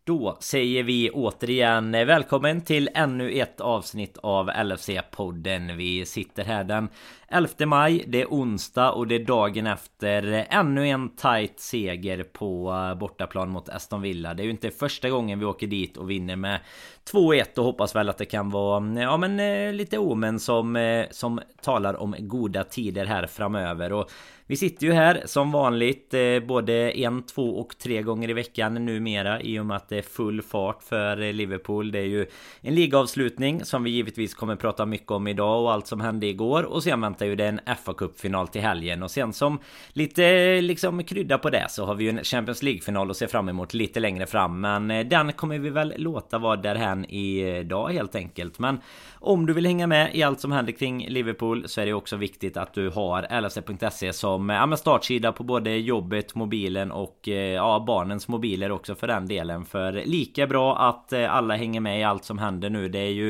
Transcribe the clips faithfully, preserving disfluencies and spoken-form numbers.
Då säger vi återigen välkommen till ännu ett avsnitt av L F C-podden. Vi sitter här den elfte maj, det är onsdag och det är dagen efter ännu en tight seger på bortaplan mot Aston Villa. Det är ju inte första gången vi åker dit och vinner med två ett och hoppas väl att det kan vara ja, men, lite omen som, som talar om goda tider här framöver. Och vi sitter ju här som vanligt eh, både en, två och tre gånger i veckan numera i och med att det är full fart för Liverpool. Det är ju en ligaavslutning som vi givetvis kommer prata mycket om idag och allt som hände igår. Och sen väntar ju det en F A-cupfinal till helgen. Och sen som lite liksom krydda på det så har vi ju en Champions League-final att se fram emot lite längre fram. Men eh, den kommer vi väl låta vara därhän idag helt enkelt. Men om du vill hänga med i allt som händer kring Liverpool så är det också viktigt att du har L F C punkt se som ja, med startsida på både jobbet, mobilen och ja, barnens mobiler också för den delen. För lika bra att alla hänger med i allt som händer nu. Det är ju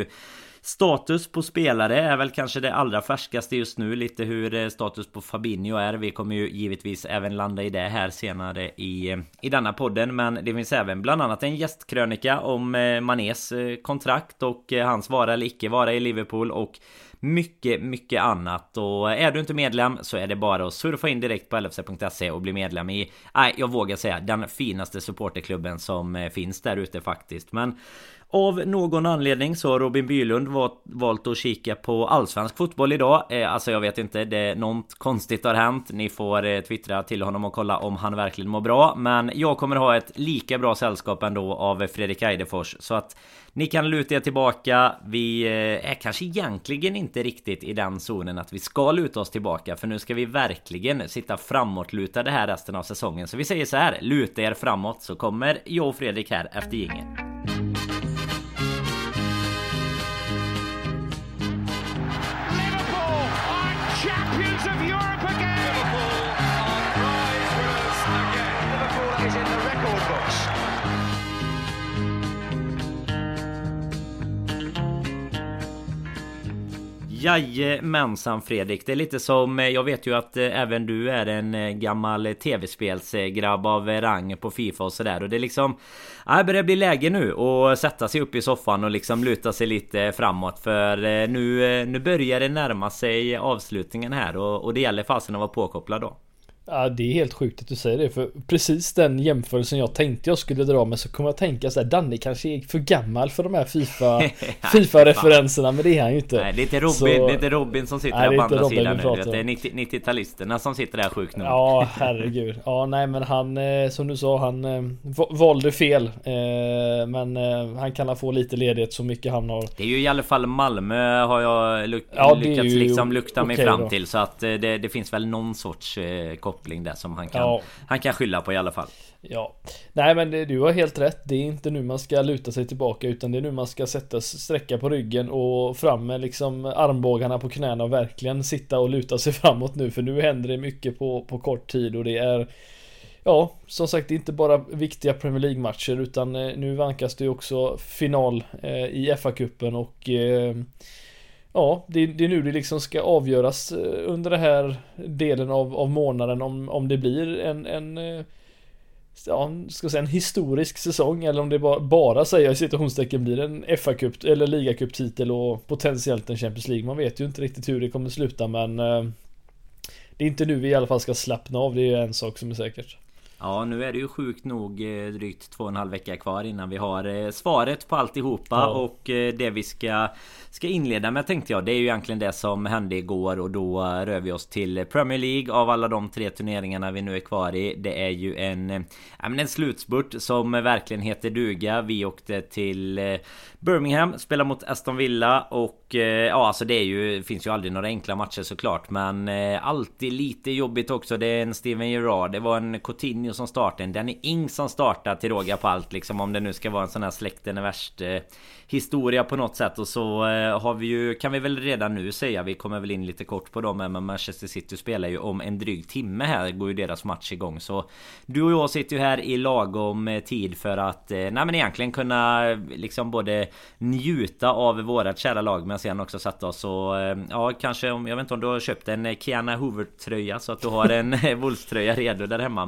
status på spelare är väl kanske det allra färskaste just nu. Lite hur status på Fabinho är. Vi kommer ju givetvis även landa i det här senare i, i denna podden. Men det finns även bland annat en gästkrönika om Manés kontrakt och hans vara eller icke vara i Liverpool och mycket, mycket annat. Och är du inte medlem så är det bara att surfa in direkt på L F C punkt se och bli medlem i, nej, jag vågar säga, den finaste supporterklubben som finns där ute faktiskt. Men av någon anledning så har Robin Bylund valt att kika på allsvensk fotboll idag. Eh, alltså jag vet inte, det är något konstigt har hänt. Ni får eh, twittra till honom och kolla om han verkligen mår bra. Men jag kommer ha ett lika bra sällskap ändå av Fredrik Eidefors. Så att ni kan luta er tillbaka. Vi eh, är kanske egentligen inte riktigt i den zonen att vi ska luta oss tillbaka. För nu ska vi verkligen sitta framåt, luta det här resten av säsongen. Så vi säger så här, luta er framåt så kommer jag och Fredrik här efter gängen. Jajamensan Fredrik, det är lite som, jag vet ju att eh, även du är en eh, gammal tv-spelsgrabb av eh, rang på FIFA och sådär. Och det är liksom, ja, det börjar bli läge nu och sätta sig upp i soffan och liksom luta sig lite framåt. För eh, nu, eh, nu börjar det närma sig avslutningen här och, och det gäller fasen att vara påkopplad då. Ja, det är helt sjukt att du säger det, för precis den jämförelsen jag tänkte jag skulle dra med så kommer jag tänka så här, Danny kanske är för gammal för de här FIFA FIFA-referenserna, men det är han ju inte. Nej, det är inte Robin, så... det är inte Robin som sitter nej, där på andra Robin sidan nu. Det är nittio-talisterna som sitter där sjukt nu. Ja, herregud. Ja, nej, men han, som du sa, han eh, valde fel. Eh, men eh, han kan få lite ledighet så mycket han har. Det är ju i alla fall Malmö har jag luk- ja, lyckats ju... liksom lukta mig okay, fram då. till. Så att det, det finns väl någon sorts eh, koppling där som han kan, ja. han kan skylla på i alla fall. Ja, nej men det, du har helt rätt. Det är inte nu man ska luta sig tillbaka, utan det är nu man ska sätta sträcka på ryggen och fram med liksom armbågarna på knäna och verkligen sitta och luta sig framåt nu. För nu händer det mycket på, på kort tid och det är, ja, som sagt, det är inte bara viktiga Premier League-matcher utan nu vankas det också final eh, i F A-cupen och eh, ja, det, det är nu det liksom ska avgöras under den här delen av, av månaden om, om det blir en, en ja, ska säga en historisk säsong eller om det bara, bara säger i situationstecken blir en F A-cup eller ligacup-titel och potentiellt en Champions League. Man vet ju inte riktigt hur det kommer sluta, men eh, det är inte nu vi i alla fall ska slappna av, det är en sak som är säkert. Ja, nu är det ju sjukt nog eh, drygt två och en halv vecka kvar innan vi har eh, svaret på alltihopa. Ja. Och eh, det vi ska, ska inleda med, tänkte jag, det är ju egentligen det som hände igår. Och då eh, rör vi oss till Premier League. Av alla de tre turneringarna vi nu är kvar i, det är ju en, eh, en slutspurt som verkligen heter duga. Vi åkte till eh, Birmingham, spelade mot Aston Villa. Och eh, ja, alltså det är ju, finns ju aldrig några enkla matcher såklart, men eh, alltid lite jobbigt också. Det är en Steven Gerrard, det var en Coutinho som starten, den är ing som startar till råga på allt, liksom, om det nu ska vara en sån här släkten är värst eh, historia på något sätt. Och så eh, har vi ju, kan vi väl redan nu säga, vi kommer väl in lite kort på dem, men Manchester City spelar ju om en dryg timme här, går ju deras match igång. Så du och jag sitter ju här i lagom tid för att eh, nej men egentligen kunna liksom både njuta av vårat kära lag, men sen också sätta oss och eh, ja, kanske, om jag vet inte om du har köpt en Keanu Hoover-tröja så att du har en Wolves-tröja redo där hemma, men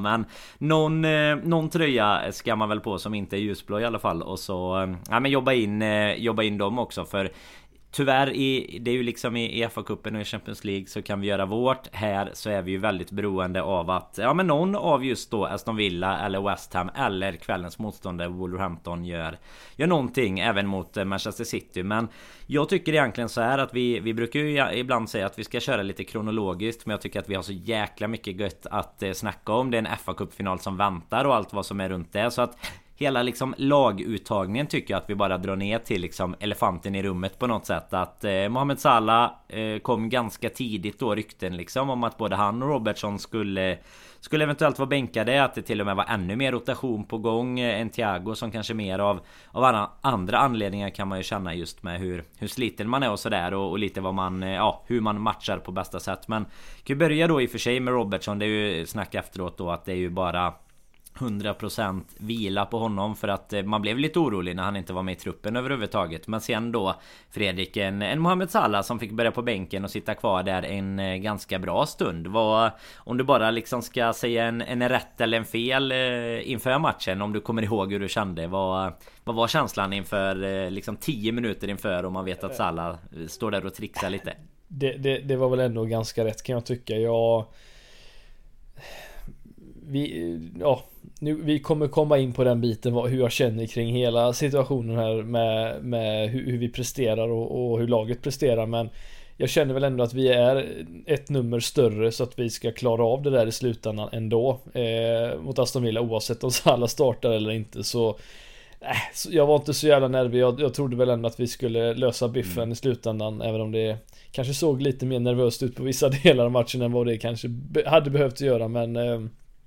någon, eh, någon tröja ska man väl på som inte är ljusblå i alla fall. Och så eh, ja, men jobba in, eh, jobba in dem också. För tyvärr, i, det är ju liksom i E F A-cupen och i Champions League så kan vi göra vårt. Här så är vi ju väldigt beroende av att ja, men någon av just då Aston Villa eller West Ham eller kvällens motståndare Wolverhampton gör, gör någonting även mot Manchester City. Men jag tycker egentligen så här att vi, vi brukar ju ibland säga att vi ska köra lite kronologiskt, men jag tycker att vi har så jäkla mycket gött att eh, snacka om. Det är en F A-cupfinal som väntar och allt vad som är runt det. Så att hela liksom laguttagningen tycker jag att vi bara drar ner till liksom elefanten i rummet på något sätt. Att eh, Mohamed Salah eh, kom ganska tidigt då rykten liksom om att både han och Robertson skulle skulle eventuellt vara bänkade, att det till och med var ännu mer rotation på gång än Thiago, som kanske mer av, av andra anledningar kan man ju känna just med hur, hur sliten man är och sådär, och, och lite vad man, ja, hur man matchar på bästa sätt. Men kan ju börja då i och för sig med Robertson. Det är ju snack efteråt då att det är ju bara hundra procent vila på honom, för att man blev lite orolig när han inte var med i truppen överhuvudtaget. Men sen då Fredrik, en, en Mohamed Salah som fick börja på bänken och sitta kvar där en ganska bra stund. Vad, om du bara liksom ska säga en, en rätt eller en fel eh, inför matchen, om du kommer ihåg hur du kände, vad, vad var känslan inför eh, liksom tio minuter inför, om man vet att Salah står där och trixar lite? Det, det, det var väl ändå ganska rätt, kan jag tycka. Jag Vi, ja, nu, vi kommer komma in på den biten, vad, hur jag känner kring hela situationen här med, med hur, hur vi presterar och, och hur laget presterar. Men jag känner väl ändå att vi är ett nummer större, så att vi ska klara av det där i slutändan ändå eh, mot Aston Villa, oavsett om alla startar eller inte. Så, eh, så jag var inte så jävla nervig. jag, jag trodde väl ändå att vi skulle lösa biffen mm. i slutändan, även om det kanske såg lite mer nervöst ut på vissa delar av matchen än vad det kanske be- hade behövt göra. Men eh,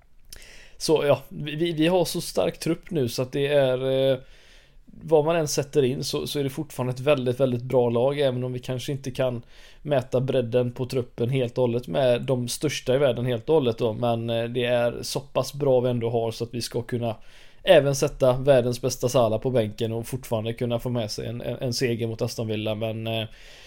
så ja, vi, vi har så stark trupp nu så att det är eh, vad man än sätter in så, så är det fortfarande ett väldigt, väldigt bra lag, även om vi kanske inte kan mäta bredden på truppen helt och hållet med de största i världen helt och hållet då, men eh, det är så pass bra vi ändå har så att vi ska kunna även sätta världens bästa Salah på bänken och fortfarande kunna få med sig en, en, en seger mot Aston Villa. Men eh,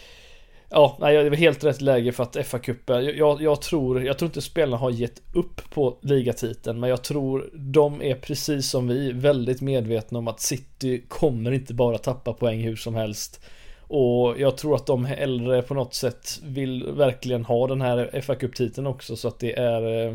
ja, nej, det var helt rätt läge för att F A-cupen, jag, jag, tror, jag tror inte spelarna har gett upp på ligatiteln, men jag tror de är precis som vi väldigt medvetna om att City kommer inte bara tappa poäng hur som helst. Och jag tror att de hellre på något sätt vill verkligen ha den här F A-cuptiteln också, så att det är,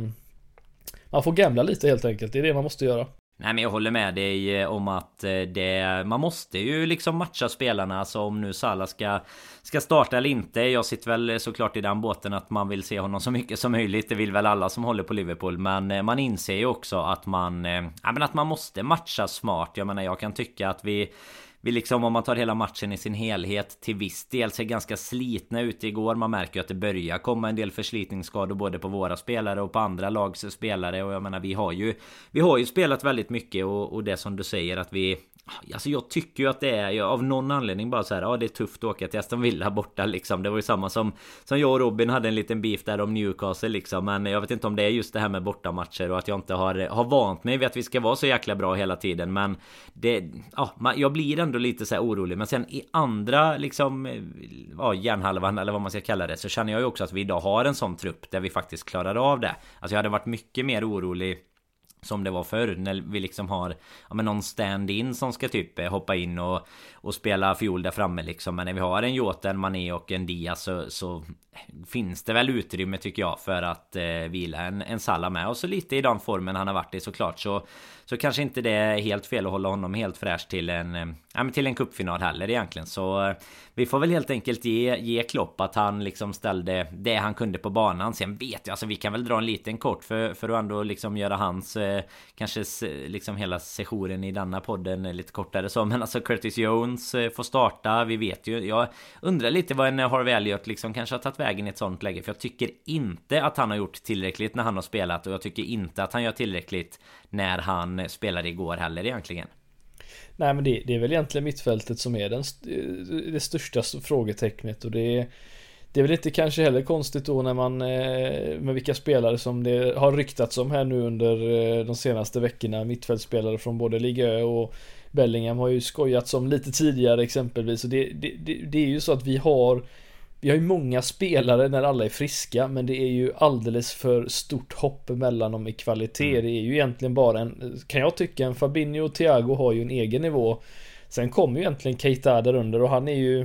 man får gamla lite helt enkelt, det är det man måste göra. Nej, men jag håller med dig om att det, man måste ju liksom matcha spelarna. Alltså om nu Salah ska, ska starta eller inte. Jag sitter väl såklart i den båten att man vill se honom så mycket som möjligt. Det vill väl alla som håller på Liverpool. Men man inser ju också att man, ja, men att man måste matcha smart. Jag menar, jag kan tycka att vi Vi liksom, om man tar hela matchen i sin helhet, till viss del ser ganska slitna ut igår. Man märker ju att det börjar komma en del förslitningsskador både på våra spelare och på andra lags spelare. Och jag menar, vi har ju Vi har ju spelat väldigt mycket, och, och det som du säger att vi, alltså jag tycker ju att det är, av någon anledning bara så här, ja, det är tufft att åka till Aston Villa borta liksom. Det var ju samma som Som jag och Robin hade en liten beef där om Newcastle liksom. Men jag vet inte om det är just det här med bortamatcher och att jag inte har, har vant mig vid att vi ska vara så jäkla bra hela tiden. Men det, ja, jag blir ändå lite så här orolig. Men sen i andra liksom, ja, järnhalvan eller vad man ska kalla det, så känner jag ju också att vi idag har en sån trupp där vi faktiskt klarar av det. Alltså jag hade varit mycket mer orolig som det var förr, när vi liksom har, ja, men någon stand-in som ska typ hoppa in och, och spela fiol där framme liksom. Men när vi har en Jota, en Mané och en Diaz, så, så finns det väl utrymme tycker jag för att eh, vila en, en Salah med. Och så lite i den formen han har varit i såklart, så, så kanske inte det är helt fel att hålla honom helt fräsch till en, eh, ja, men till en cupfinal heller egentligen. Så eh, vi får väl helt enkelt ge, ge Klopp att han liksom ställde det han kunde på banan. Sen vet jag, alltså vi kan väl dra en liten kort för, för att ändå liksom göra hans eh, kanske liksom hela sessionen i denna podden lite kortare så. Men alltså Curtis Jones eh, får starta, vi vet ju, jag undrar lite vad en Harvey Elliott liksom kanske har tagit vägen i ett sånt läge, för jag tycker inte att han har gjort tillräckligt när han har spelat, och jag tycker inte att han gör tillräckligt när han spelade igår heller egentligen. Nej, men det, det är väl egentligen mittfältet som är den, det största frågetecknet, och det är, det är väl inte kanske heller konstigt då när man med vilka spelare som det har ryktats om här nu under de senaste veckorna, mittfältspelare från både Liga och Bellingham har ju skojats om lite tidigare exempelvis, och det, det, det, det är ju så att vi har vi har ju många spelare när alla är friska, men det är ju alldeles för stort hopp mellan dem i kvalitet. Mm. Det är ju egentligen bara en, kan jag tycka, en Fabinho och Thiago har ju en egen nivå. Sen kommer ju egentligen Keita där under, och han är ju,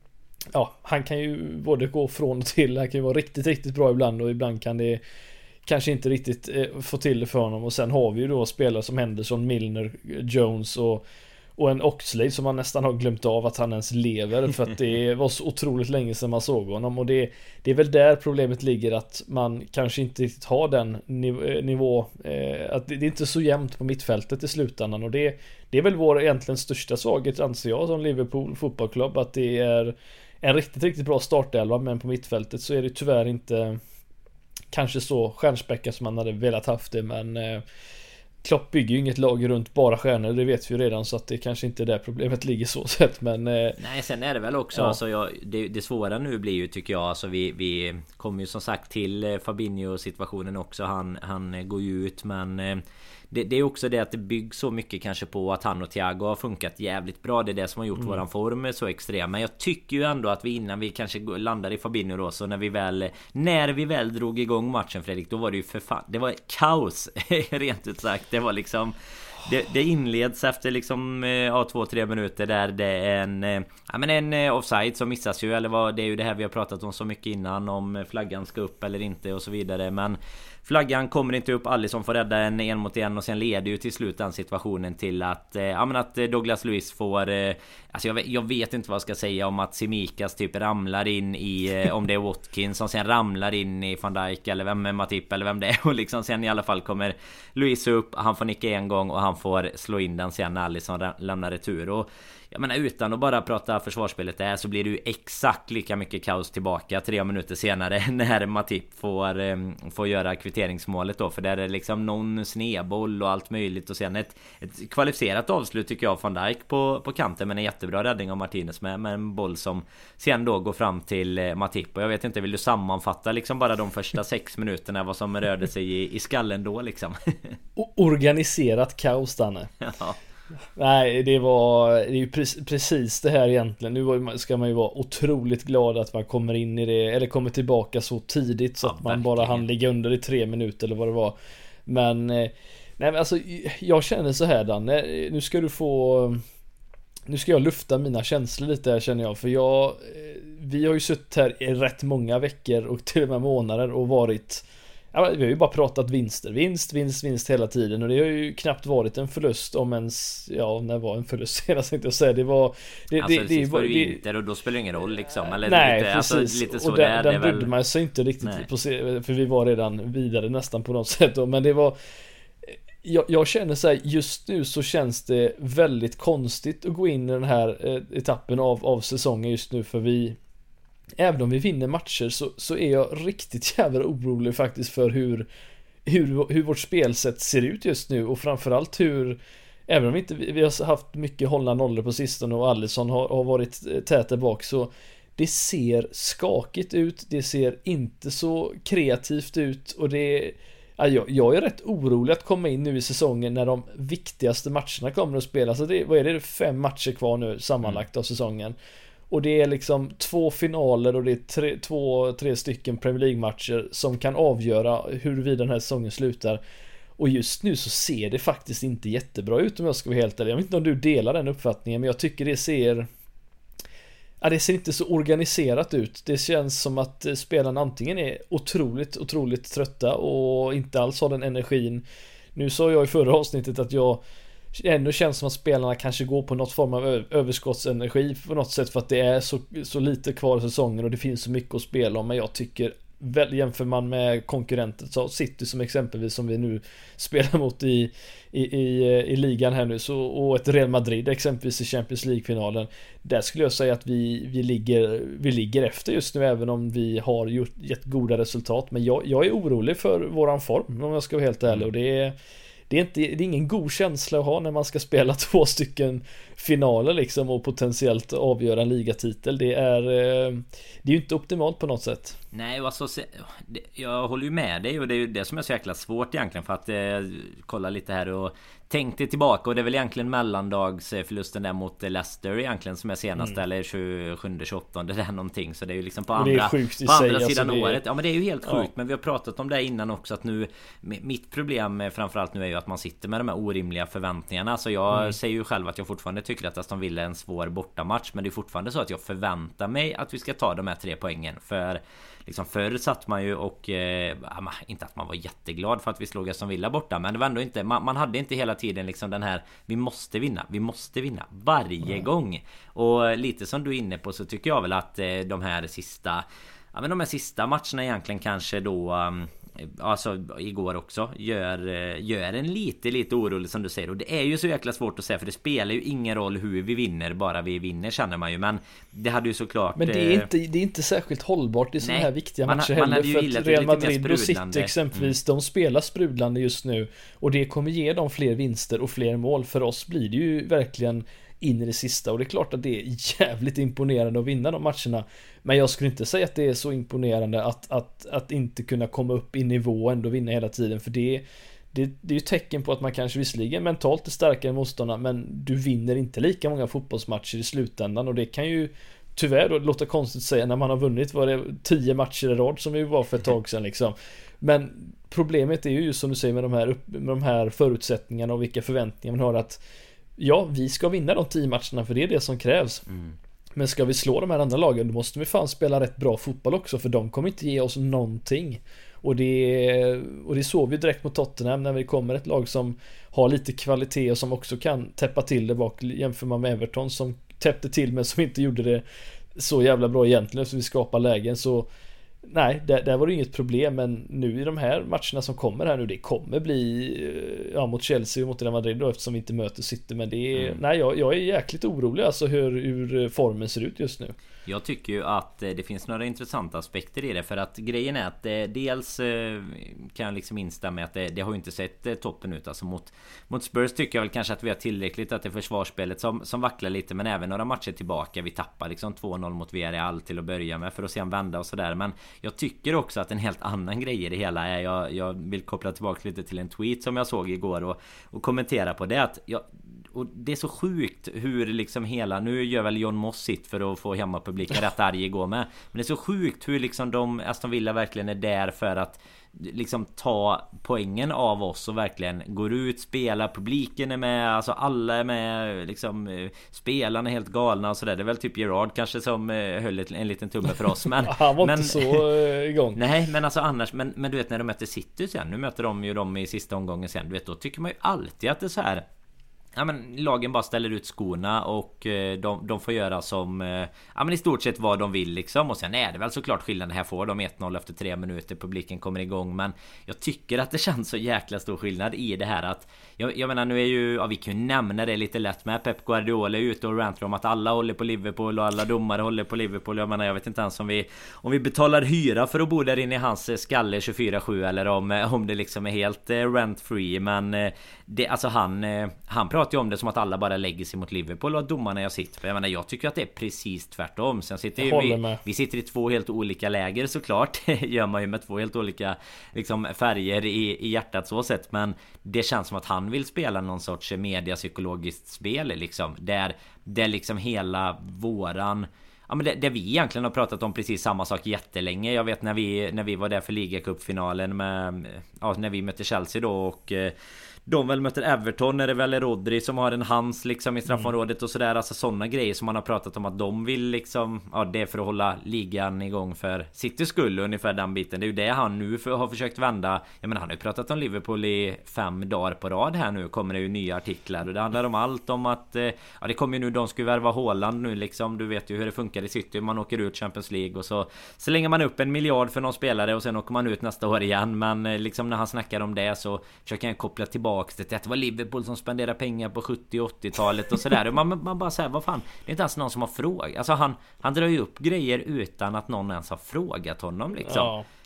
ja, han kan ju både gå från och till. Han kan ju vara riktigt, riktigt bra ibland, och ibland kan det kanske inte riktigt eh, få till det för honom. Och sen har vi ju då spelare som Henderson, Milner, Jones och Och en Oxlade som man nästan har glömt av att han ens lever, för att det var så otroligt länge sedan man såg honom. Och det, det är väl där problemet ligger, att man kanske inte riktigt har den niv- nivå eh, att det, det är inte så jämnt på mittfältet i slutändan. Och det, det är väl vår egentligen största svaghet, anser jag, som Liverpool fotbollsklubb, att det är en riktigt, riktigt bra startelva, men på mittfältet så är det tyvärr inte kanske så stjärnspäckat som man hade velat haft det. Men eh, Klopp bygger ju inget lag runt bara stjärnor, det vet vi ju redan, så att det kanske inte är där problemet ligger så sett, men eh, nej, sen är det väl också, ja. alltså jag, det, det svåra nu blir ju, tycker jag, alltså vi, vi kommer ju som sagt till Fabinho-situationen också, han, han går ju ut, men eh, det, det är också det att det byggs så mycket kanske på att han och Thiago har funkat jävligt bra. Det är det som har gjort mm. våran form så extrem. Men jag tycker ju ändå att vi, innan vi kanske landar i Fabinho då, så när vi väl När vi väl drog igång matchen, Fredrik, då var det ju för fan, det var kaos rent ut sagt. Det var liksom Det, det inleds efter liksom ja, två, tre minuter där det är en, ja, men en offside som missas ju, eller vad, det är ju det här vi har pratat om så mycket innan, om flaggan ska upp eller inte och så vidare, men flaggan kommer inte upp, Alisson får rädda en en mot en, och sen leder ju till slut den situationen till att, ja, men att Douglas Luiz får, alltså jag vet, jag vet inte vad jag ska säga om att Simikas typ ramlar in i, om det är Watkins som sen ramlar in i Van Dijk eller vem är Matip eller vem det är, och liksom sen i alla fall kommer Luiz upp, han får nicka en gång och han får slå in den sen när Alisson lämnar retur. Och jag menar, utan att bara prata försvarsspelet där, så blir det ju exakt lika mycket kaos tillbaka tre minuter senare när Matip får, får göra kvitteringsmålet då, för där är det liksom någon snedboll och allt möjligt, och sen ett, ett kvalificerat avslut tycker jag, Van Dijk på, på kanten, men en jättebra räddning av Martinez med, med en boll som sen då går fram till Matip. Och jag vet inte, vill du sammanfatta liksom bara de första sex minuterna, vad som rörde sig i, i skallen då liksom? Organiserat kaos, Danne. Ja. Nej, det var det är ju pre- precis det här egentligen. Nu ska man ju vara otroligt glad att man kommer in i det, eller kommer tillbaka så tidigt, så ja, att man verkligen bara hann ligga under i tre minuter eller vad det var. Men nej, men alltså jag känner så här, Dan, nu ska du få nu ska jag lufta mina känslor lite här, känner jag, för jag vi har ju suttit här i rätt många veckor och till och med månader och varit, ja, vi har ju bara pratat vinster, vinst, vinst, vinst hela tiden, och det har ju knappt varit en förlust, om ens, ja, när var en förlust hela tänkte jag säga, det var det, alltså det, det, det var ju det, inte, och då spelar det ingen roll liksom, eller nej, lite, precis, alltså, lite så och den, där, den det brydde väl... man sig inte riktigt på, för vi var redan vidare nästan på något sätt då, men det var jag, jag känner så här, just nu så känns det väldigt konstigt att gå in i den här eh, etappen av, av säsongen just nu, för vi, även om vi vinner matcher, så, så är jag riktigt jävla orolig faktiskt för hur Hur, hur vårt spelsätt ser ut just nu, och framförallt hur, även om vi inte vi har haft mycket hållna nollor på sistone och Alisson har, har varit tät där bak, så det ser skakigt ut, det ser inte så kreativt ut, och det ja, jag, jag är rätt orolig att komma in nu i säsongen när de viktigaste matcherna kommer att spelas. Så det, vad är det, fem matcher kvar nu sammanlagt av säsongen, och det är liksom två finaler och det är tre, två, tre stycken Premier League-matcher som kan avgöra huruvida den här säsongen slutar. Och just nu så ser det faktiskt inte jättebra ut, om jag ska vara helt ärlig. Jag vet inte om du delar den uppfattningen, men jag tycker det ser ja, det ser inte så organiserat ut. Det känns som att spelarna antingen är otroligt, otroligt trötta och inte alls har den energin. Nu sa jag i förra avsnittet att jag ändå känns som att spelarna kanske går på något form av överskottsenergi på något sätt, för att det är så, så lite kvar i säsongen och det finns så mycket att spela om. Men jag tycker väl, jämför man med konkurrenter, så City som exempelvis, som vi nu spelar mot i, i, i, i ligan här nu, så, och ett Real Madrid exempelvis i Champions League-finalen, där skulle jag säga att vi, vi, ligger, vi ligger efter just nu, även om vi har gjort, gett goda resultat. Men jag, jag är orolig för våran form, om jag ska vara helt ärlig, och det är Det är, inte, det är ingen god känsla att ha när man ska spela två stycken finaler liksom och potentiellt avgöra en ligatitel. Det är eh, det är ju inte optimalt på något sätt. Nej, alltså, jag håller ju med dig och det är ju det som är så jäkla svårt egentligen för att eh, kolla lite här och tänkte tillbaka och det är väl egentligen mellandagsförlusten där mot Leicester egentligen som är senast mm. eller tjugosju tjugoåtta det är någonting så det är ju liksom på andra, på andra sig, sidan alltså året. Är... Ja men det är ju helt sjukt ja. Men vi har pratat om det innan också att nu mitt problem framförallt nu är ju att man sitter med de här orimliga förväntningarna så jag mm. säger ju själv att jag fortfarande tycker att Aston Villa är en svår bortamatch men det är fortfarande så att jag förväntar mig att vi ska ta de här tre poängen för liksom förr satt man ju och eh, inte att man var jätteglad för att vi slog Aston Villa borta men det var ändå inte man, man hade inte hela tiden liksom den här vi måste vinna, vi måste vinna varje mm. gång och lite som du är inne på så tycker jag väl att eh, de här sista ja men de här sista matcherna egentligen kanske då um, alltså igår också gör, gör en lite lite orolig som du säger och det är ju så jäkla svårt att säga för det spelar ju ingen roll hur vi vinner bara vi vinner känner man ju men det hade ju såklart men det är inte, det är inte särskilt hållbart i såna här viktiga man, matcher man heller för att Real Madrid och City exempelvis mm. de spelar sprudlande just nu och det kommer ge dem fler vinster och fler mål för oss blir det ju verkligen in i det sista och det är klart att det är jävligt imponerande att vinna de matcherna men jag skulle inte säga att det är så imponerande att, att, att inte kunna komma upp i nivå och ändå vinna hela tiden för det, det, det är ju tecken på att man kanske visserligen mentalt är starkare än motståndarna men du vinner inte lika många fotbollsmatcher i slutändan och det kan ju tyvärr då låta konstigt att säga när man har vunnit var det tio matcher i rad som vi var för ett tag sedan liksom men problemet är ju just som du säger med de här, med de här förutsättningarna och vilka förväntningar man har att ja, vi ska vinna de tio matcherna för det är det som krävs. Mm. Men ska vi slå de här andra lagen då måste vi fan spela rätt bra fotboll också för de kommer inte ge oss någonting. Och det, och det såg vi direkt mot Tottenham när vi kommer ett lag som har lite kvalitet och som också kan täppa till det bak jämför man med Everton som täppte till men som inte gjorde det så jävla bra egentligen så vi skapar lägen så nej, där, där var det inget problem men nu i de här matcherna som kommer här nu det kommer bli ja, mot Chelsea och mot Real Madrid då eftersom vi inte möter City men det är, mm. nej jag, jag är jäkligt orolig alltså hur, hur formen ser ut just nu. Jag tycker ju att det finns några intressanta aspekter i det för att grejen är att det, dels kan jag liksom instämma med att det, det har ju inte sett toppen ut alltså mot, mot Spurs tycker jag väl kanske att vi har tillräckligt att det är försvarsspelet som, som vacklar lite men även några matcher tillbaka vi tappar liksom två noll mot Villarreal till att börja med för att sen vända och sådär men jag tycker också att en helt annan grej i det hela är jag, jag vill koppla tillbaka lite till en tweet som jag såg igår och, och kommentera på det att jag och det är så sjukt hur liksom hela nu gör väl John Moss sitt för att få hemma publiken rätt arg igår med men det är så sjukt hur liksom de Aston Villa verkligen är där för att liksom ta poängen av oss och verkligen går ut, spelar, publiken är med alltså alla är med liksom spelarna är helt galna och sådär det är väl typ Gerard kanske som höll en liten tumme för oss men han var men, inte så igång nej men alltså annars men, men du vet när de möter City sen nu möter de ju dem i sista omgången sen du vet då tycker man ju alltid att det är så här ja men lagen bara ställer ut skorna och eh, de, de får göra som eh, ja men i stort sett vad de vill liksom och sen är det väl såklart skillnad här får de ett noll efter tre minuter publiken kommer igång men jag tycker att det känns så jäkla stor skillnad i det här att jag, jag menar nu är ju ja vi kan ju nämna det lite lätt med Pep Guardiola ute och rantar om att alla håller på Liverpool och alla domare håller på Liverpool jag menar jag vet inte ens om vi om vi betalar hyra för att bo där inne i hans skalle tjugofyra sju eller om, om det liksom är helt eh, rent free men eh, det, alltså han eh, han pratar ju om det som att alla bara lägger sig mot Liverpool och att domarna jag sitter för jag menar jag tycker att det är precis tvärtom sen sitter ju vi, vi sitter i två helt olika läger såklart gör man ju med två helt olika liksom färger i, i hjärtat så sätt men det känns som att han vill spela någon sorts mediapsykologiskt spel liksom där där liksom hela våran ja men det, det vi egentligen har pratat om precis samma sak jättelänge. Jag vet när vi när vi var där för ligacupfinalen med ja när vi mötte Chelsea då och de väl möter Everton när det väl är Rodri som har en hands liksom i straffområdet och sådär alltså sådana grejer som man har pratat om att de vill liksom ja det är för att hålla ligan igång för City skull ungefär den biten det är ju det han nu för, har försökt vända jag menar han har ju pratat om Liverpool i fem dagar på rad här nu kommer det ju nya artiklar och det handlar om allt om att ja det kommer ju nu de ska ju värva Haaland nu liksom du vet ju hur det funkar i City man åker ut Champions League och så slänger man upp en miljard för någon spelare och sen åker man ut nästa år igen men liksom när han snackar om det så försöker han koppla tillbaka att det var Liverpool som spenderar pengar på sjuttio- och åttiotalet och sådär. Man, man bara säger, vad fan, det är inte ens någon som har frågat. Alltså han, han drar ju upp grejer utan att någon ens har frågat honom liksom. Ja.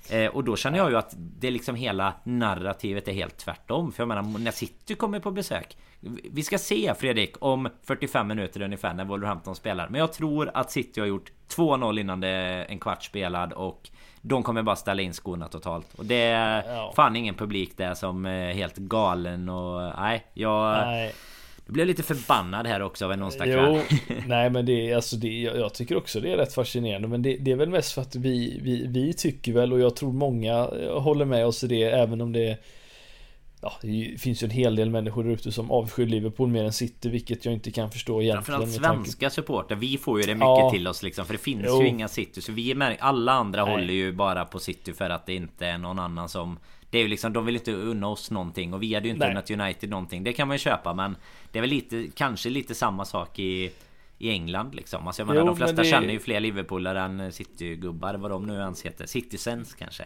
Eh, och då känner jag ju att det liksom hela narrativet är helt tvärtom. För jag menar, när City kommer på besök, vi ska se Fredrik om fyrtiofem minuter ungefär när Wolverhampton spelar. Men jag tror att City har gjort två noll innan det är en kvart spelad, och de kommer bara ställa in skorna totalt. Och det är ja. fan ingen publik där som är helt galen. Och nej, jag... Nej. Jag blev lite förbannad här också av en onsdag kväll. Jo, nej men det är alltså det, jag, jag tycker också det är rätt fascinerande. Men det, det är väl mest för att vi, vi, vi tycker väl, och jag tror många håller med oss i det, även om det ja, det finns ju en hel del människor där ute som avskyr Liverpool mer än City, vilket jag inte kan förstå egentligen. Framförallt svenska supporter, vi får ju det mycket ja. till oss liksom, för det finns jo. ju inga City, så vi är, alla andra nej. håller ju bara på City för att det inte är någon annan som... Det är ju liksom, de vill inte unna oss någonting, och vi hade ju inte unnat United någonting. Det kan man ju köpa, men det är väl lite, kanske lite samma sak i, i England liksom. Alltså jag menar, jo, de flesta men det... känner ju fler Liverpoolare än City-gubbar, vad de nu ens heter. Citizens kanske.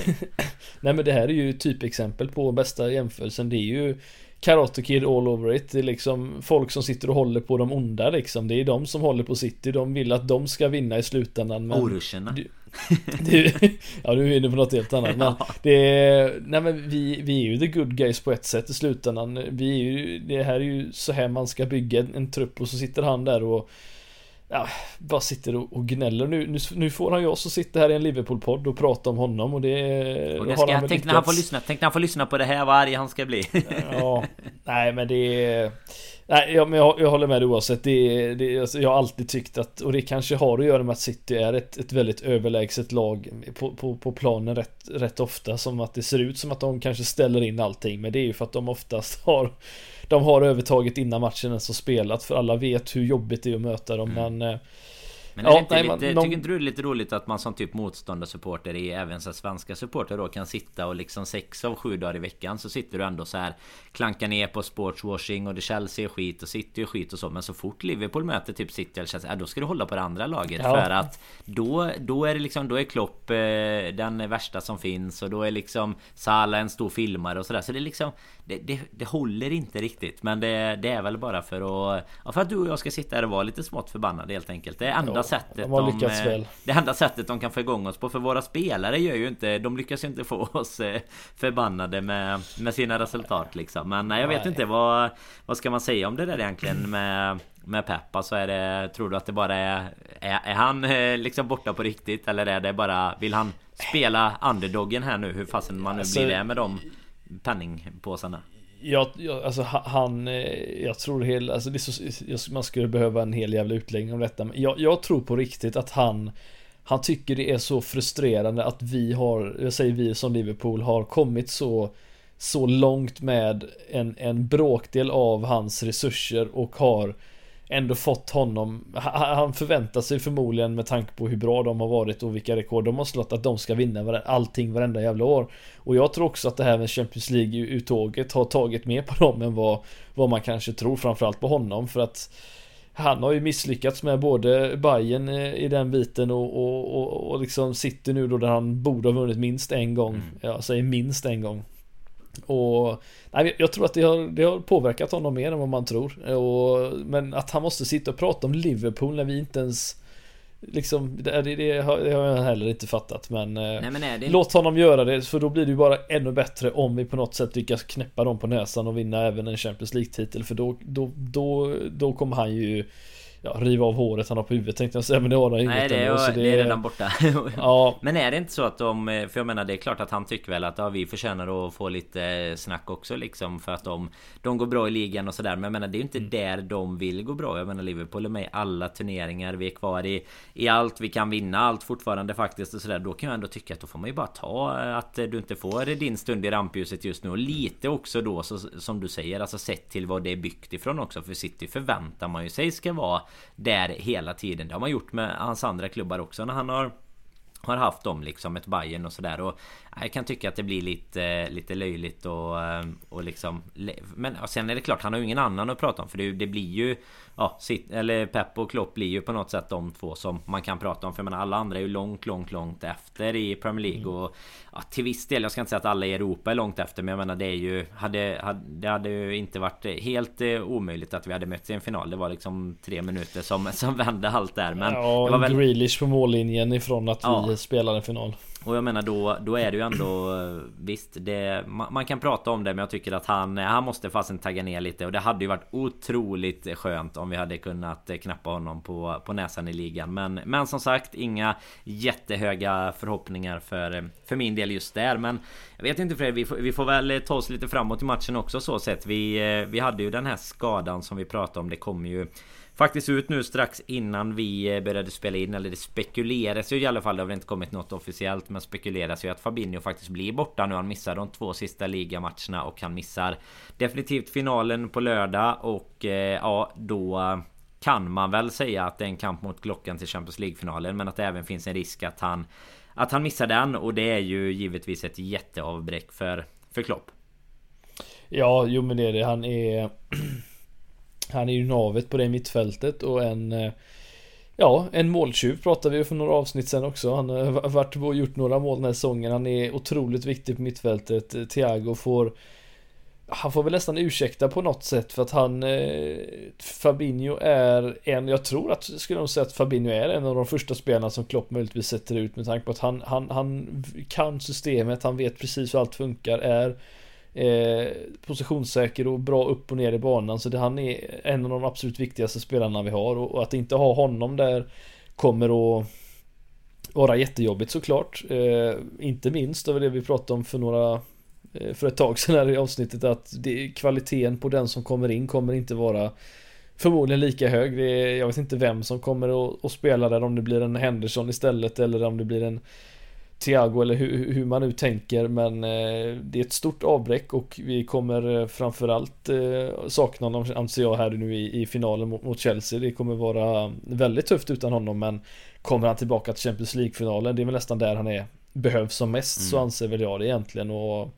Nej men det här är ju typexempel på bästa jämförelsen. Det är ju Karate Kid all over it. Det är liksom folk som sitter och håller på de onda liksom. Det är de som håller på City. De vill att de ska vinna i slutändan. Men Oruscherna. Du, du, ja, du är inne på något helt annat. Men det är, nej men vi, vi är ju the good guys på ett sätt i slutändan. Vi är ju, det här är ju så här man ska bygga en, en trupp, och så sitter han där och ja, bara sitter och, och gnäller. Nu, nu, nu får han ju också sitta här i en Liverpool-podd och prata om honom, och det, och det ska, jag tänk när han får lyssna, tänk när han får lyssna på det här, vad arg han ska bli. Ja, nej men det är... Nej, jag, men jag, jag håller med dig oavsett. Det, det, alltså, jag har alltid tyckt att, och det kanske har att göra med att City är ett, ett väldigt överlägset lag på, på, på planen rätt, rätt ofta, som att det ser ut som att de kanske ställer in allting, men det är ju för att de oftast har de har övertaget innan matchen ens har spelat, för alla vet hur jobbigt det är att möta dem. mm. men Men är ja, inte nej, lite, man, tycker inte du det är lite roligt att man som typ motståndarsupporter i även så svenska supporter då kan sitta och liksom sex av sju dagar i veckan så sitter du ändå så här klankar ner på sportswashing och det Chelsea är skit och City är skit och så, men så fort Liverpool möter typ City eller Chelsea, då ska du hålla på det andra laget, ja. För att då, då är det liksom, då är Klopp eh, den värsta som finns, och då är liksom Salah en stor filmare och sådär, så det är liksom det, det, det håller inte riktigt, men det, det är väl bara för att ja, för att du och jag ska sitta här och vara lite smått förbannade helt enkelt. Det är enda sättet de har lyckats de, väl. Det enda sättet de kan få igång oss på, för våra spelare gör ju inte, de lyckas ju inte få oss förbannade med, med sina resultat liksom. Men nej, jag vet nej. inte vad, vad ska man säga om det där egentligen med, med Pep. Alltså är det, tror du att det bara är, är, är han liksom borta på riktigt, eller är det bara, vill han spela underdoggen här nu, hur fasen man nu alltså, blir det med de penningpåsarna? Jag, jag, alltså han, jag tror hela, alltså det är så, man skulle behöva en hel jävla utläggning om detta, men jag, jag tror på riktigt att han han tycker det är så frustrerande att vi har, jag säger vi som Liverpool har kommit så så långt med en, en bråkdel av hans resurser och har ändå fått honom, han förväntar sig förmodligen med tanke på hur bra de har varit och vilka rekord de har slått, att de ska vinna allting varenda jävla år. Och jag tror också att det här med Champions League-uttåget har tagit mer på dem än vad, vad man kanske tror, framförallt på honom, för att han har ju misslyckats med både Bayern i den biten och, och, och, och liksom City nu då, där han borde ha vunnit minst en gång. Mm. Jag säger minst en gång. Och nej, jag tror att det har, det har påverkat honom mer än vad man tror, och, men att han måste sitta och prata om Liverpool när vi inte ens liksom, det, det, det, har, det har jag heller inte fattat, men, nej, men är det... låt honom göra det, för då blir det ju bara ännu bättre om vi på något sätt lyckas knäppa dem på näsan och vinna även en Champions League-titel, för då, då, då, då kommer han ju ja, riva av håret han har på huvudet, tänkte jag säga, men det har han inget. Nej, det är, så det, det är redan borta. Ja. Men är det inte så att de, för jag menar, det är klart att han tycker väl att ja, vi förtjänar att få lite snack också liksom, för att de, de går bra i ligan och sådär, men jag menar, det är ju inte mm. där de vill gå bra. Jag menar, Liverpool är med i alla turneringar, vi är kvar i, i allt, vi kan vinna allt fortfarande faktiskt och sådär. Då kan jag ändå tycka att då får man ju bara ta att du inte får din stund i rampljuset just nu, och lite också då så, som du säger, alltså sett till vad det är byggt ifrån också, för City förväntar man ju sig ska vara där hela tiden. Det har man gjort med hans andra klubbar också när han har har haft dem liksom, ett Bayern och sådär, och jag kan tycka att det blir lite lite löjligt och, och liksom, men ja, sen är det klart, han har ju ingen annan att prata om, för det, det blir ju ja, sitt, eller Pep och Klopp blir ju på något sätt de två som man kan prata om, för men alla andra är ju långt, långt, långt efter i Premier League mm. och ja, till viss del, jag ska inte säga att alla i Europa är långt efter, men jag menar, det är ju hade, hade, det hade ju inte varit helt eh, omöjligt att vi hade mötts i en final. Det var liksom tre minuter som, som vände allt där, men ja, det var väl... Grealish på mållinjen ifrån att ja. vi inte spelar en final. Och jag menar då, då är det ju ändå visst, det, man, man kan prata om det, men jag tycker att han, han måste fasen tagga ner lite. Och det hade ju varit otroligt skönt om vi hade kunnat knappa honom på, på näsan i ligan. Men, men som sagt, inga jättehöga förhoppningar för, för min del just där. Men jag vet inte Fred, vi får, vi får väl ta oss lite framåt i matchen också så sett. Vi, vi hade ju den här skadan som vi pratade om, det kommer ju faktiskt ut nu strax innan vi började spela in. Eller det spekuleras ju i alla fall, det har väl inte kommit något officiellt, men spekuleras ju att Fabinho faktiskt blir borta nu. Han missar de två sista ligamatcherna och han missar definitivt finalen på lördag. Och eh, ja, då kan man väl säga att det är en kamp mot klockan till Champions League-finalen, men att det även finns en risk att han att han missar den. Och det är ju givetvis ett jätteavbräck för, för Klopp. Ja, jo men det är det. Han är Han är ju navet på det mittfältet och en ja, en måltjuv pratar vi ju för några avsnitt sen också. Han har varit och gjort några mål den här säsongen. Han är otroligt viktig på mittfältet. Thiago får han får väl nästan ursäkta på något sätt för att han eh, Fabinho är en, jag tror att skulle de säga att Fabinho är en av de första spelarna som Klopp möjligtvis sätter ut, med tanke på att han, han, han kan systemet, han vet precis hur allt funkar, är Eh, positionssäker och bra upp och ner i banan, så det, han är en av de absolut viktigaste spelarna vi har, och, och att inte ha honom där kommer att vara jättejobbigt såklart, eh, inte minst över det vi pratade om för några eh, för ett tag sedan här i avsnittet, att det, kvaliteten på den som kommer in kommer inte vara förmodligen lika hög. Det är, jag vet inte vem som kommer att, att spela där, om det blir en Henderson istället eller om det blir en Thiago eller hur, hur man nu tänker, men eh, det är ett stort avbräck och vi kommer eh, framförallt eh, sakna honom, anser jag, här nu i, i finalen mot, mot Chelsea. Det kommer vara väldigt tufft utan honom, men kommer han tillbaka till Champions League-finalen, det är väl nästan där han är behövs som mest, mm. så anser väl jag det egentligen, och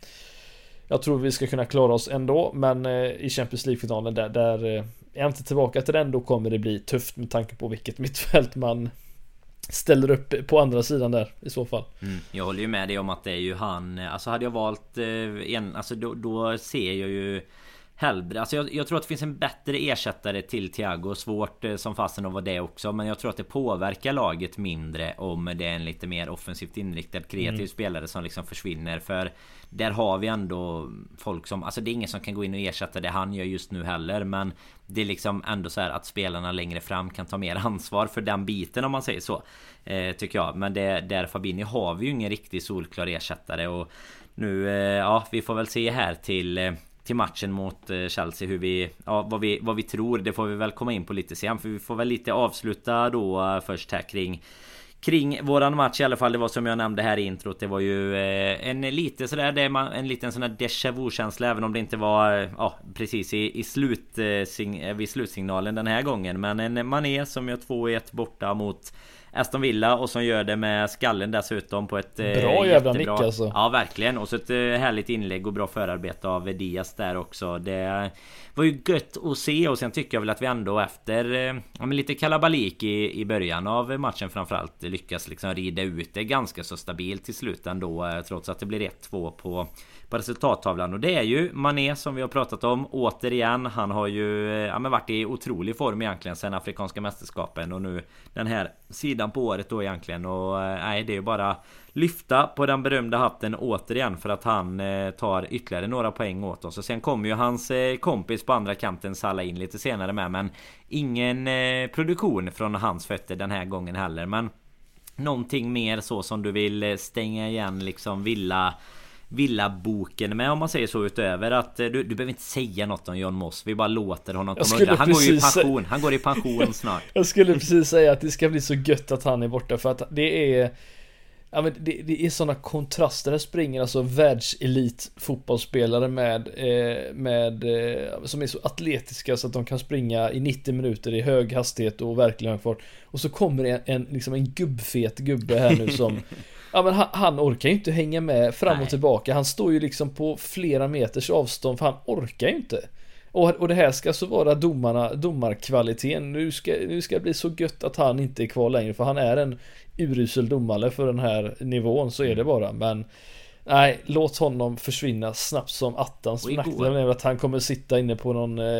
jag tror vi ska kunna klara oss ändå, men eh, i Champions League-finalen där, där eh, är jag inte tillbaka till den, då kommer det bli tufft med tanke på vilket mittfält man ställer upp på andra sidan där i så fall. Mm, jag håller ju med dig om att det är ju han. Alltså hade jag valt eh, en, alltså då, då ser jag ju hellre, alltså jag, jag tror att det finns en bättre ersättare till Thiago. Svårt eh, som fasen att vara det också, men jag tror att det påverkar laget mindre om det är en lite mer offensivt inriktad kreativ mm. spelare som liksom försvinner. För där har vi ändå folk som, alltså det är ingen som kan gå in och ersätta det han gör just nu heller, men det är liksom ändå så här att spelarna längre fram kan ta mer ansvar för den biten, om man säger så, eh, tycker jag. Men det, där Fabinho har vi ju ingen riktig solklar ersättare, och nu, eh, ja, vi får väl se här till eh, till matchen mot Chelsea hur vi, ja, vad vi, vad vi tror. Det får vi väl komma in på lite sen, för vi får väl lite avsluta då först här kring kring våran match i alla fall. Det var som jag nämnde här i introt, det var ju eh, en lite sådär, det är man, en liten sån här déjà vu-känsla, även om det inte var ja, precis i, i slut, eh, sing, vid slutsignalen den här gången. Men en Mané som gör två ett borta mot Aston Villa, och som gör det med skallen dessutom på ett bra jävla jättebra nick alltså. Ja, verkligen. Och så ett härligt inlägg och bra förarbete av Diaz där också. Det var ju gött att se, och sen tycker jag väl att vi ändå efter ja, men lite kalabalik i, i början av matchen framförallt lyckas liksom rida ut det ganska så stabilt till slut ändå, trots att det blir ett två på på resultattavlan. Och det är ju Mané som vi har pratat om återigen. Han har ju ja, men varit i otrolig form egentligen sen afrikanska mästerskapen, och nu den här sidan på året då egentligen. Och nej, det är ju bara lyfta på den berömda hatten återigen för att han eh, tar ytterligare några poäng åt oss. Och sen kommer ju hans eh, kompis på andra kanten Salah in lite senare med, men ingen eh, produktion från hans fötter den här gången heller. Men någonting mer så som du vill stänga igen liksom Villa Villa-boken med, om man säger så, utöver att du, du behöver inte säga något om John Moss. Vi bara låter honom komma undan. Han går ju i pension. Han går i pension snart. Jag skulle precis säga att det ska bli så gött att han är borta, för att det är ja, men det, det är sådana kontraster. Där springer alltså världselit fotbollsspelare med, eh, med eh, som är så atletiska så att de kan springa i nittio minuter i hög hastighet och verkligen hög fart. Och så kommer det en, en, liksom en gubbfet gubbe här nu som ja, men han, han orkar ju inte hänga med fram och Nej. tillbaka. Han står ju liksom på flera meters avstånd, för han orkar ju inte. Och, och det här ska så vara domarna, domarkvaliteten. Nu ska, nu ska det bli så gött att han inte är kvar längre, för han är en urusel domare för den här nivån, så är det bara. Men nej, låt honom försvinna snabbt som attans. Nackdelen är att han kommer sitta inne på någon eh,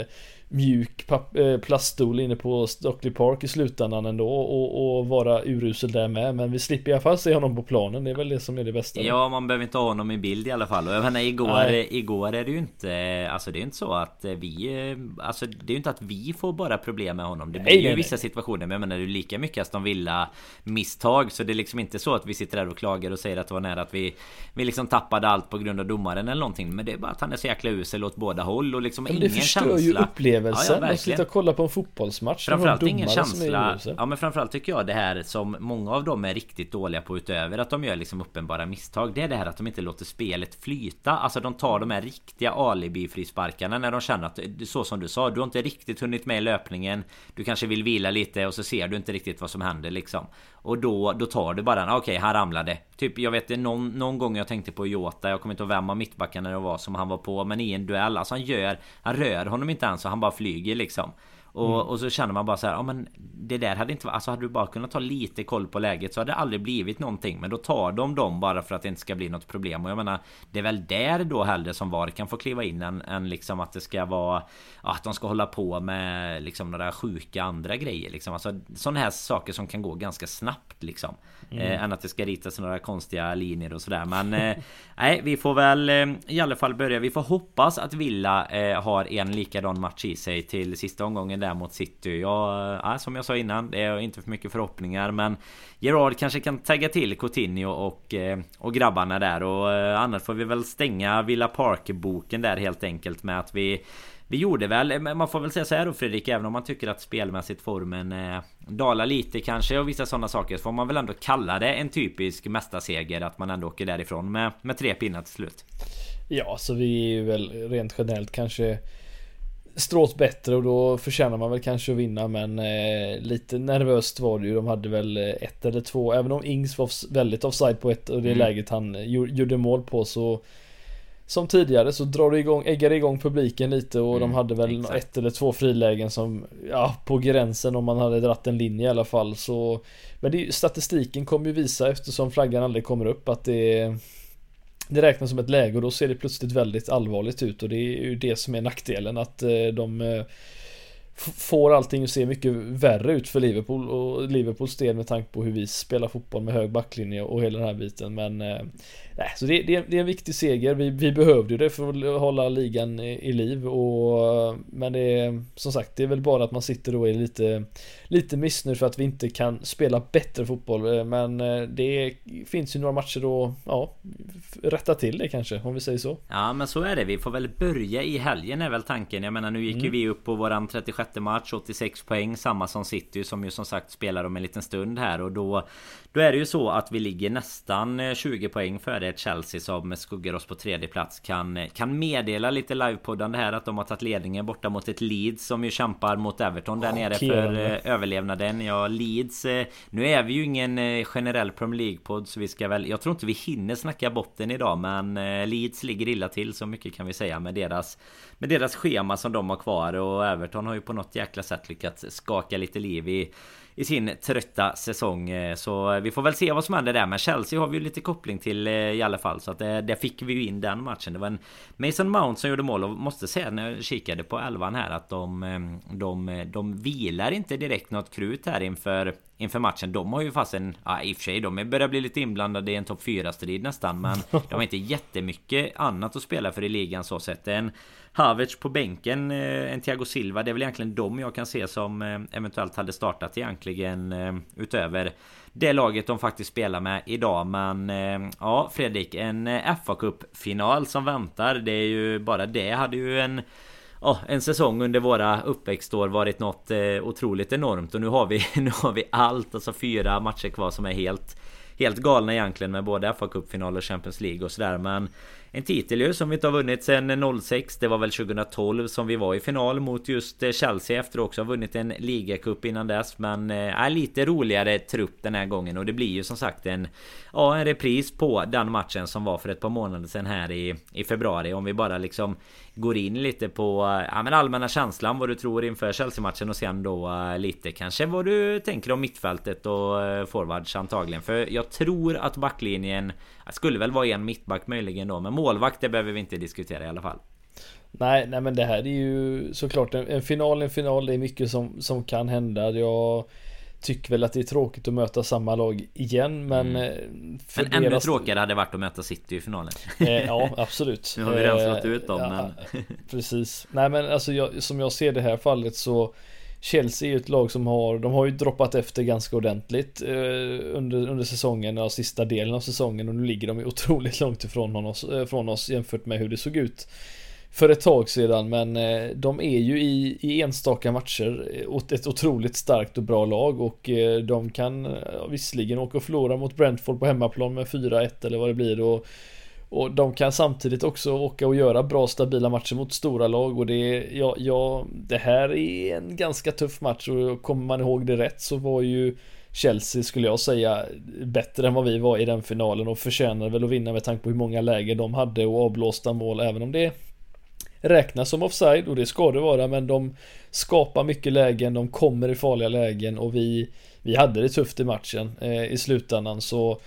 mjuk papp, eh, plaststol inne på Stockley Park i slutändan ändå och, och vara urusel där med, men vi slipper i alla fall se honom på planen. Det är väl det som är det bästa. Ja, man behöver inte ha honom i bild i alla fall. Och jag menar, igår, igår är det ju inte, alltså det är inte så att vi, alltså det är ju inte att vi får bara problem med honom. Det blir nej, ju nej, vissa nej. situationer, men jag menar, det är lika mycket Aston Villa misstag, så det är liksom inte så att vi sitter där och klagar och säger att det var nära att vi, vi liksom tappade allt på grund av domaren eller någonting, men det är bara att han är så jäkla usel åt båda håll och liksom ingen känsla. Det förstör ju upplevelsen. Ja, ja, att sitta och kolla på en fotbollsmatch. Framförallt ingen känsla. Ja, men framförallt tycker jag det här som många av dem är riktigt dåliga på, utöver att de gör liksom uppenbara misstag, det är det här att de inte låter spelet flyta. Alltså de tar de här riktiga alibi-frisparkarna när de känner att, så som du sa, du har inte riktigt hunnit med i löpningen, du kanske vill vila lite och så ser du inte riktigt vad som händer liksom. Och då, då tar du bara, okej, okay, här ramlade. Typ, jag vet någon, någon gång jag tänkte på Jota, jag kommer inte ihåg vem av mittbackarna det var som han var på, men i en duell, alltså han gör, han rör honom inte ens och han bara flyger liksom. Och, mm. och så känner man bara så här, ja men det där hade inte, alltså hade du bara kunnat ta lite koll på läget så hade det aldrig blivit någonting, men då tar de dem bara för att det inte ska bli något problem. Och jag menar, det är väl där då hellre som V A R kan få kliva in än, än liksom att det ska vara, ja, att de ska hålla på med liksom några sjuka andra grejer liksom. Alltså sådana här saker som kan gå ganska snabbt liksom. Mm. Eh, än att det ska ritas några konstiga linjer och sådär. Men eh, nej, vi får väl eh, i alla fall börja. Vi får hoppas att Villa eh, har en likadan match i sig till sista omgången där mot City. Ja, ja, som jag sa innan, det är inte för mycket förhoppningar, men Gerard kanske kan tagga till Coutinho och, eh, och grabbarna där. Och eh, annars får vi väl stänga Villa Park-boken där helt enkelt med att vi Vi gjorde väl, man får väl säga så här då Fredrik, även om man tycker att spelmässigt formen eh, dalar lite kanske och vissa sådana saker, så får man väl ändå kalla det en typisk mästarseger, att man ändå åker därifrån med, med tre pinnar till slut. Ja, så vi är ju väl rent generellt kanske stråt bättre och då förtjänar man väl kanske att vinna, men eh, lite nervöst var det ju. De hade väl ett eller två, även om Ings var väldigt offside på ett och det mm. läget han gjorde mål på, så som tidigare så drar det igång, äggar igång publiken lite och mm, de hade väl exakt. ett eller två frilägen som, ja, på gränsen om man hade dratt en linje i alla fall. Så, men det, statistiken kommer ju visa, eftersom flaggan aldrig kommer upp, att det, det räknas som ett läge och då ser det plötsligt väldigt allvarligt ut, och det är ju det som är nackdelen, att de får allting att se mycket värre ut för Liverpool och Liverpools del med tanke på hur vi spelar fotboll med hög backlinje och hela den här biten. Men nej, så det, det, det är en viktig seger. Vi, vi behövde ju det för att hålla ligan i, i liv, och, men det är, som sagt, det är väl bara att man sitter då och är lite, lite missnöjd för att vi inte kan spela bättre fotboll. Men det finns ju några matcher då, ja, rätta till det kanske, om vi säger så. Ja, men så är det. Vi får väl börja i helgen är väl tanken. Jag menar, nu gick mm. ju vi upp på våran trettiosjätte match, åttiosex poäng, samma som City som ju som sagt spelar om en liten stund här, och då, då är det ju så att vi ligger nästan tjugo poäng före Chelsea som skuggar oss på tredje plats. Kan, kan meddela lite livepoddande här att de har tagit ledningen borta mot ett Leeds som ju kämpar mot Everton där nere okay, för eh, överlevnaden. Ja, Leeds, eh, nu är vi ju ingen eh, generell Premier League-podd, så vi ska väl, jag tror inte vi hinner snacka botten idag, men eh, Leeds ligger illa till, så mycket kan vi säga med deras, med deras schema som de har kvar, och Everton har ju på något jäkla sätt lyckats skaka lite liv i i sin trötta säsong. Så vi får väl se vad som händer där. Men Chelsea har vi ju lite koppling till i alla fall, så att det, där fick vi ju in den matchen. Det var en Mason Mount som gjorde mål, och måste säga när jag kikade på elvan här att de, de, de vilar inte direkt något krut här inför inför matchen. De har ju fast en, ja, i och för sig, de börjar bli lite inblandade i en topp fyra strid nästan, men de har inte jättemycket annat att spela för i ligan så sett. En Havertz på bänken, en Thiago Silva, det är väl egentligen de jag kan se som eventuellt hade startat egentligen utöver det laget de faktiskt spelar med idag. Men ja, Fredrik, en F A-cup-final som väntar, det är ju bara det hade ju en Ja, en säsong under våra uppväxtår varit något eh, otroligt enormt, och nu har vi nu har vi allt, alltså fyra matcher kvar som är helt helt galna egentligen, med både F A-cupfinal och Champions League och sådär. Men en titel ju som vi inte har vunnit sedan noll sex, det var väl tjugohundratolv som vi var i final mot just Chelsea, efter också ha vunnit en ligacup innan dess. Men är eh, lite roligare trupp den här gången, och det blir ju som sagt en ja, en repris på den matchen som var för ett par månader sedan här i, i februari. Om vi bara liksom går in lite på ja, men allmänna känslan, vad du tror inför Chelsea-matchen, och sen då uh, lite kanske vad du tänker om mittfältet och uh, forwards antagligen. För jag tror att backlinjen skulle väl vara en mittback möjligen då, men målvakt det behöver vi inte diskutera i alla fall. Nej, nej men det här är ju såklart en, en final, en final, det är mycket som, som kan hända. Jag tycker väl att det är tråkigt att möta samma lag igen, men mm. för men ännu deras... tråkigare hade varit att möta City i finalen. eh, Ja, absolut. Nu har vi redan slått ut dem, ja, men... precis. Nej men alltså jag, som jag ser det här fallet så Chelsea är ju ett lag som har, de har ju droppat efter ganska ordentligt eh, under, under säsongen, ja, sista delen av säsongen, och nu ligger de ju otroligt långt ifrån oss, eh, från oss jämfört med hur det såg ut för ett tag sedan, men eh, de är ju i, i enstaka matcher ett otroligt starkt och bra lag, och eh, de kan ja, visserligen åka och förlora mot Brentford på hemmaplan med fyra ett eller vad det blir, och, och de kan samtidigt också åka och göra bra stabila matcher mot stora lag, och det, ja, ja, det här är en ganska tuff match, och kommer man ihåg det rätt så var ju Chelsea, skulle jag säga, bättre än vad vi var i den finalen, och förtjänar väl att vinna med tanke på hur många läger de hade och avblåsta mål, även om det räknas som offside, och det ska det vara, men de skapar mycket lägen, de kommer i farliga lägen, och vi, vi hade det tufft i matchen eh, i slutändan, så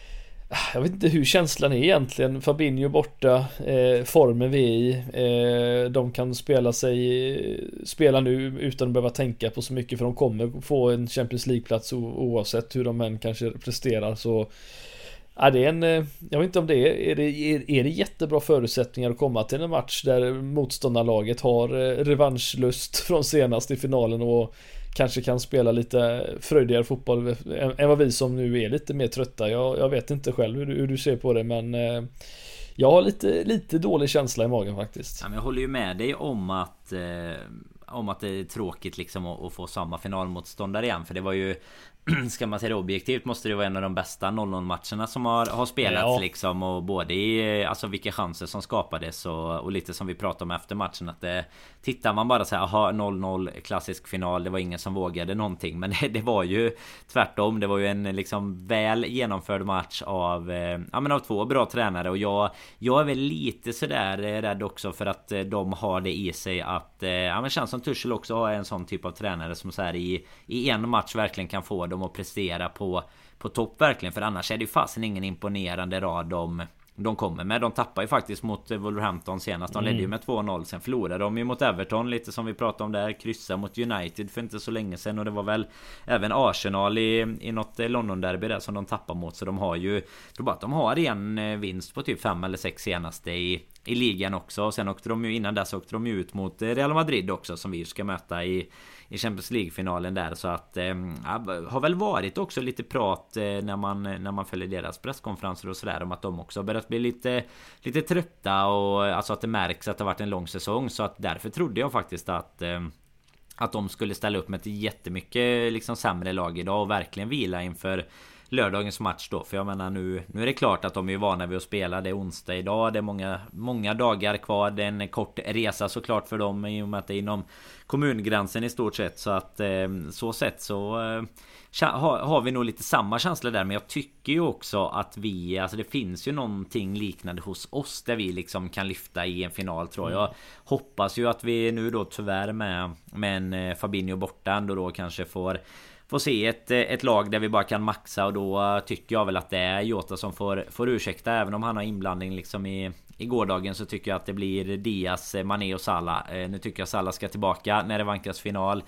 jag vet inte hur känslan är egentligen. Fabinho borta, eh, formen vi är i, eh, de kan spela sig spela nu utan att behöva tänka på så mycket, för de kommer få en Champions League-plats oavsett hur de än kanske presterar, så ja, det är en, jag vet inte om det är, är det, är det jättebra förutsättningar att komma till en match där motståndarlaget har revanschlust från senast i finalen och kanske kan spela lite fröjdigare fotboll än, än vad vi som nu är lite mer trötta. Jag, jag vet inte själv hur, hur du ser på det, men eh, jag har lite, lite dålig känsla i magen faktiskt. Ja, men jag håller ju med dig om att eh, om att det är tråkigt liksom att, att få samma finalmotståndare igen, för det var ju ska man säga det objektivt måste det vara en av de bästa noll noll matcherna som har, har spelats ja. liksom, och både i alltså vilka chanser som skapades och, och lite som vi pratade om efter matchen, att det, tittar man bara så här, aha, noll noll klassisk final, det var ingen som vågade någonting, men det, det var ju tvärtom, det var ju en liksom väl genomförd match av eh, ja, men av två bra tränare, och jag, jag är väl lite sådär rädd också för att de har det i sig att eh, ja, men känns som Tuchel också har en sån typ av tränare som så här i, i en match verkligen kan få dem att prestera på, på topp verkligen, för annars är det ju fasen ingen imponerande rad de, de kommer med. De tappar ju faktiskt mot Wolverhampton senast, de mm. ledde ju med två noll, sen förlorade de ju mot Everton lite som vi pratade om där, kryssa mot United för inte så länge sedan, och det var väl även Arsenal i, i något London-derby där som de tappar mot, så de har ju, jag tror bara att de har en vinst på typ fem eller sex senaste i i ligan också, och sen åkte de ju innan dess åkte de ju ut mot Real Madrid också, som vi ska möta i, i Champions League-finalen där, så att eh, har väl varit också lite prat eh, när man när man följer deras presskonferenser och sådär, om att de också har börjat bli lite lite trötta, och alltså att det märks att det har varit en lång säsong, så att därför trodde jag faktiskt att eh, att de skulle ställa upp med ett jättemycket liksom sämre lag idag och verkligen vila inför lördagens match då, för jag menar nu, nu är det klart att de är vana vid att spela, det är onsdag idag, det är många, många dagar kvar, det är en kort resa såklart för dem i och med att det är inom kommungränsen i stort sett, så att eh, så sett så eh, har, har vi nog lite samma känsla där, men jag tycker ju också att vi, alltså det finns ju någonting liknande hos oss där vi liksom kan lyfta i en final, tror jag. Mm. Hoppas ju att vi nu då tyvärr med, med en Fabinho borta ändå då kanske får Får se ett, ett lag där vi bara kan maxa, och då tycker jag väl att det är Jota som får, får ursäkta, även om han har inblandning liksom i, i gårdagen, så tycker jag att det blir Diaz, Mané och Salah. Nu tycker jag Salah ska tillbaka när det vankas final.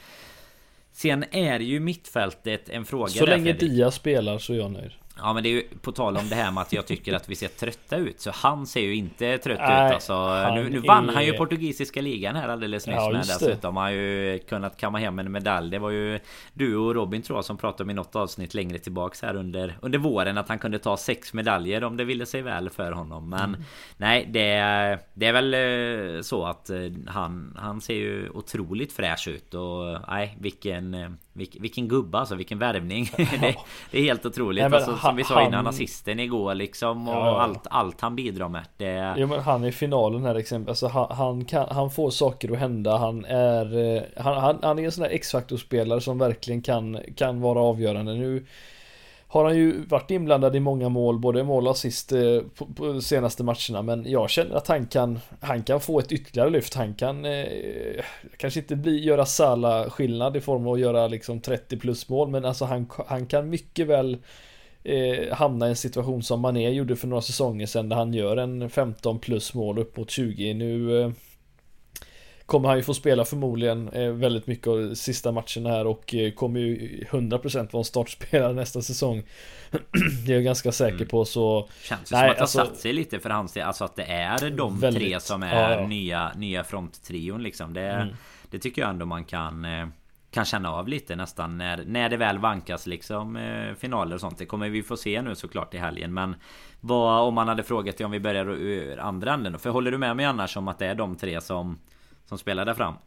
Sen är ju mittfältet en fråga. Så länge Diaz spelar så är jag nöjd. Ja, men det är ju på tal om det här med att jag tycker att vi ser trötta ut, så han ser ju inte trött Nej, ut alltså. Nu, nu vann är... han ju portugisiska ligan här alldeles nyss, ja, med dessutom har ju kunnat kamma hem en medalj. Det var ju du och Robin tror jag som pratade om i något avsnitt längre tillbaks här under, under våren, att han kunde ta sex medaljer om det ville sig väl för honom. Men mm. nej, det är, det är väl så att han, han ser ju otroligt fräsch ut, och nej, vilken Vilken, vilken gubba, alltså vilken värvning. det, det är helt otroligt. Nej, alltså, som vi sa han, innan, assisten igår liksom, och ja, allt, allt han bidrar med. Det... Jo, men han är i finalen här exempel. Alltså, han, han, kan, han får saker att hända. Han är, han, han, han är en sån där X-faktorspelare som verkligen kan, kan vara avgörande. Nu har han ju varit inblandad i många mål, både mål och assist på, på de senaste matcherna, men jag känner att han kan han kan få ett ytterligare lyft. Han kan eh, kanske inte bli, göra Salah skillnad i form av att göra liksom trettio plus mål, men alltså han, han kan mycket väl eh, hamna i en situation som Mané gjorde för några säsonger sedan, där han gör en femton plus mål upp mot tjugo. Nu eh, kommer han ju få spela förmodligen eh, väldigt mycket av sista matchen här och eh, kommer ju hundra procent vara en startspelare nästa säsong. Det är jag ganska säker mm. på, så känns det nej, som att det alltså, har satt sig lite för hans del, alltså att det är de väldigt, tre som är ja, ja. nya nya fronttrion liksom. Det, mm. det tycker jag ändå man kan eh, kan känna av lite nästan när, när det väl vankas liksom eh, finaler och sånt. Det kommer vi få se nu såklart i helgen. Men vad om man hade frågat dig om vi börjar ur andra änden då? För håller du med mig annars om att det är de tre som, som spelar där fram?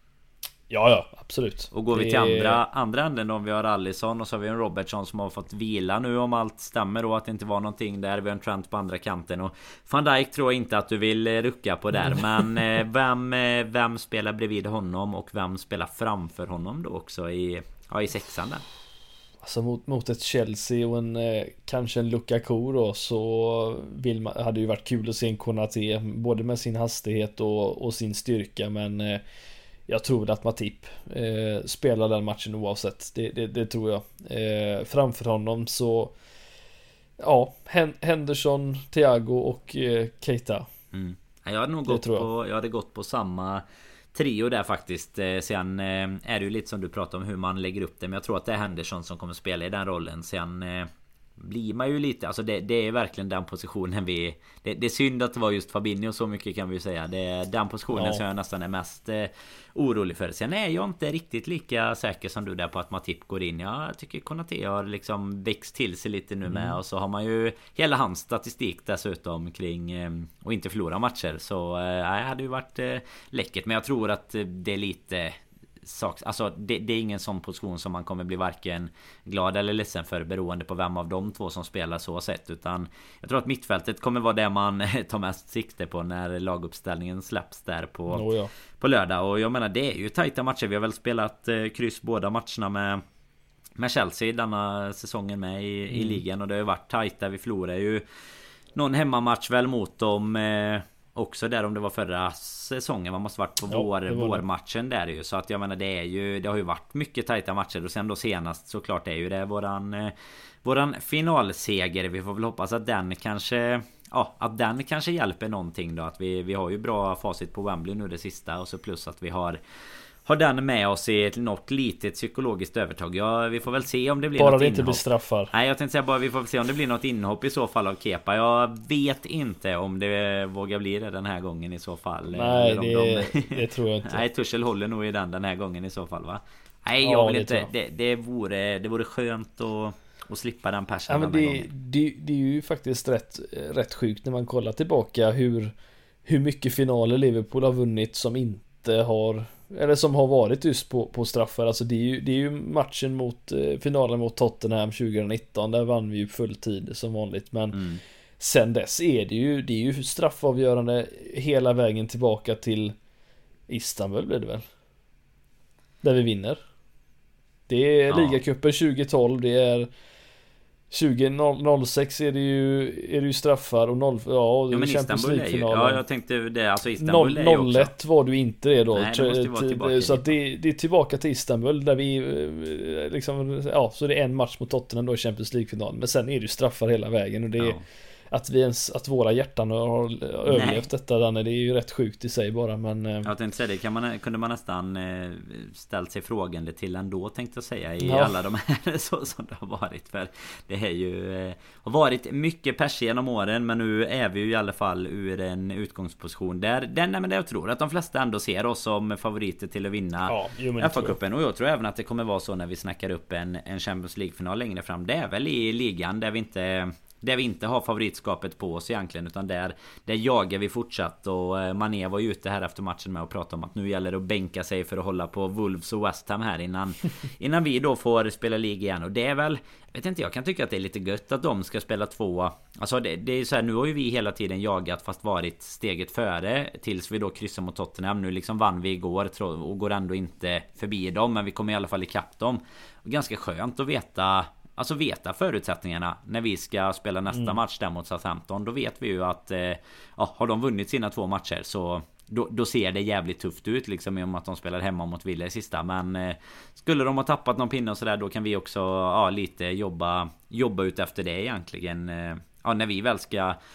Ja, ja, absolut. Och går det... vi till andra, andra änden då, vi har Alisson och så har vi en Robertson som har fått vila nu om allt stämmer då, att det inte var någonting där. Vi har en Trent på andra kanten och Van Dijk tror jag inte att du vill rucka på där. Men vem, vem spelar bredvid honom och vem spelar framför honom då också i, ja, i sexan där? Alltså mot, mot ett Chelsea och en kanske en Lukaku då, så vill man, hade ju varit kul att se en Konaté både med sin hastighet och, och sin styrka, men jag tror att Matip eh, spelar den matchen oavsett. Det, det, det tror jag. Eh, framför honom så ja, Henderson, Thiago och eh, Keita. Mm. Jag hade nog gått på, jag hade gått på samma trio där faktiskt. Eh, sen eh, är det ju lite som du pratar om hur man lägger upp det, men jag tror att det är Henderson som kommer spela i den rollen. Sen eh, blir man ju lite, alltså det, det är verkligen den positionen vi det, det är synd att det var just Fabinho, så mycket kan vi ju säga. Det är den positionen ja. som jag nästan är mest eh, orolig för. Sen är jag inte riktigt lika säker som du där på att Matip går in. Jag tycker Konaté har liksom växt till sig lite nu med mm. och så har man ju hela hans statistik dessutom kring eh, och inte förlora matcher. Så eh, det hade ju varit eh, läckert, men jag tror att det är lite sak, alltså det, det är ingen sån position som man kommer bli varken glad eller ledsen för beroende på vem av de två som spelar så sett, utan jag tror att mittfältet kommer vara det man tar mest sikte på när laguppställningen släpps där på, oh ja. på lördag. Och jag menar, det är ju tajta matcher. Vi har väl spelat eh, kryss båda matcherna med med Chelsea denna säsongen med i, mm. i ligan, och det har ju varit tajta. Vi förlorade ju någon hemmamatch väl mot dem eh, också där, om det var förra säsongen. Man måste varit på ja, vår, vårmatchen där ju. Så att jag menar, det är ju, det har ju varit mycket tajta matcher. Och sen då senast såklart är ju det våran eh, Våran finalseger. Vi får väl hoppas att den kanske Ja, att den kanske hjälper någonting då. Att vi, vi har ju bra facit på Wembley nu det sista. Och så plus att vi har Har den med oss i ett, något litet psykologiskt övertag. Ja, vi får väl se om det blir bara något det inte inhopp. Blir straffar. Nej, jag tänkte säga bara vi får väl se om det blir något inhopp i så fall av Kepa. Jag vet inte om det vågar bli det den här gången i så fall. Nej, det, de... det tror jag inte. Nej, Tuchel håller nog i den den här gången i så fall, va? Nej, jag ja, vill det inte. Det, det, vore, det vore skönt att, att slippa den persen. Ja, men det, det, det är ju faktiskt rätt, rätt sjukt när man kollar tillbaka hur, hur mycket finaler Liverpool har vunnit som inte har, eller som har varit just på, på straffar. Alltså det är ju, det är ju matchen mot finalen mot Tottenham tjugonitton. Där vann vi ju fulltid som vanligt. Men mm. sen dess är det ju, det är ju straffavgörande hela vägen tillbaka till Istanbul blir det väl, där vi vinner. Det är ja. ligacupen tjugohundratolv. Det är tjugo noll sex är det ju, är det ju straffar och noll, ja, jo, men Istanbul är ju, ja, jag tänkte det, alltså Istanbul noll, är ju också noll ett var du inte det då. Nej, det måste ju vara tillbaka så att det, det är tillbaka till Istanbul där vi liksom, ja, så det är en match mot Tottenham då i Champions League-finalen, men sen är det ju straffar hela vägen, och det är ja. Att vi ens, att våra hjärtan har överlevt detta, Danne, det är ju rätt sjukt i sig bara, men jag tänkte säga det, kan man, kunde man nästan eh, ställt sig frågande till ändå, tänkte jag säga, i ja. alla de här så som det har varit, för det är ju eh, har varit mycket pers genom åren, men nu är vi ju i alla fall ur en utgångsposition där den, men jag tror att de flesta ändå ser oss som favoriter till att vinna ja, F A-cupen, och jag tror även att det kommer vara så när vi snackar upp en, en Champions League-final längre fram. Det är väl i ligan där vi inte Där vi inte har favoritskapet på oss egentligen, utan där, där jagar vi fortsatt. Och Mané var ju ute här efter matchen med att prata om att nu gäller det att bänka sig för att hålla på Wolves och West Ham här innan, innan vi då får spela liga igen. Och det är väl, jag vet inte, jag kan tycka att det är lite gött att de ska spela två. Alltså det, det är så här, nu har ju vi hela tiden jagat fast varit steget före tills vi då kryssar mot Tottenham. Nu liksom vann vi igår och går ändå inte förbi dem, men vi kommer i alla fall ikapp dem. Och ganska skönt att veta, alltså veta förutsättningarna när vi ska spela nästa mm. match där mot Southampton. Då vet vi ju att eh, ja, har de vunnit sina två matcher så då, då ser det jävligt tufft ut liksom, i och med att de spelar hemma mot Villa i sista. Men eh, skulle de ha tappat någon pinne och sådär, då kan vi också ja, lite jobba, jobba ut efter det egentligen. Eh, ja, när vi väl ska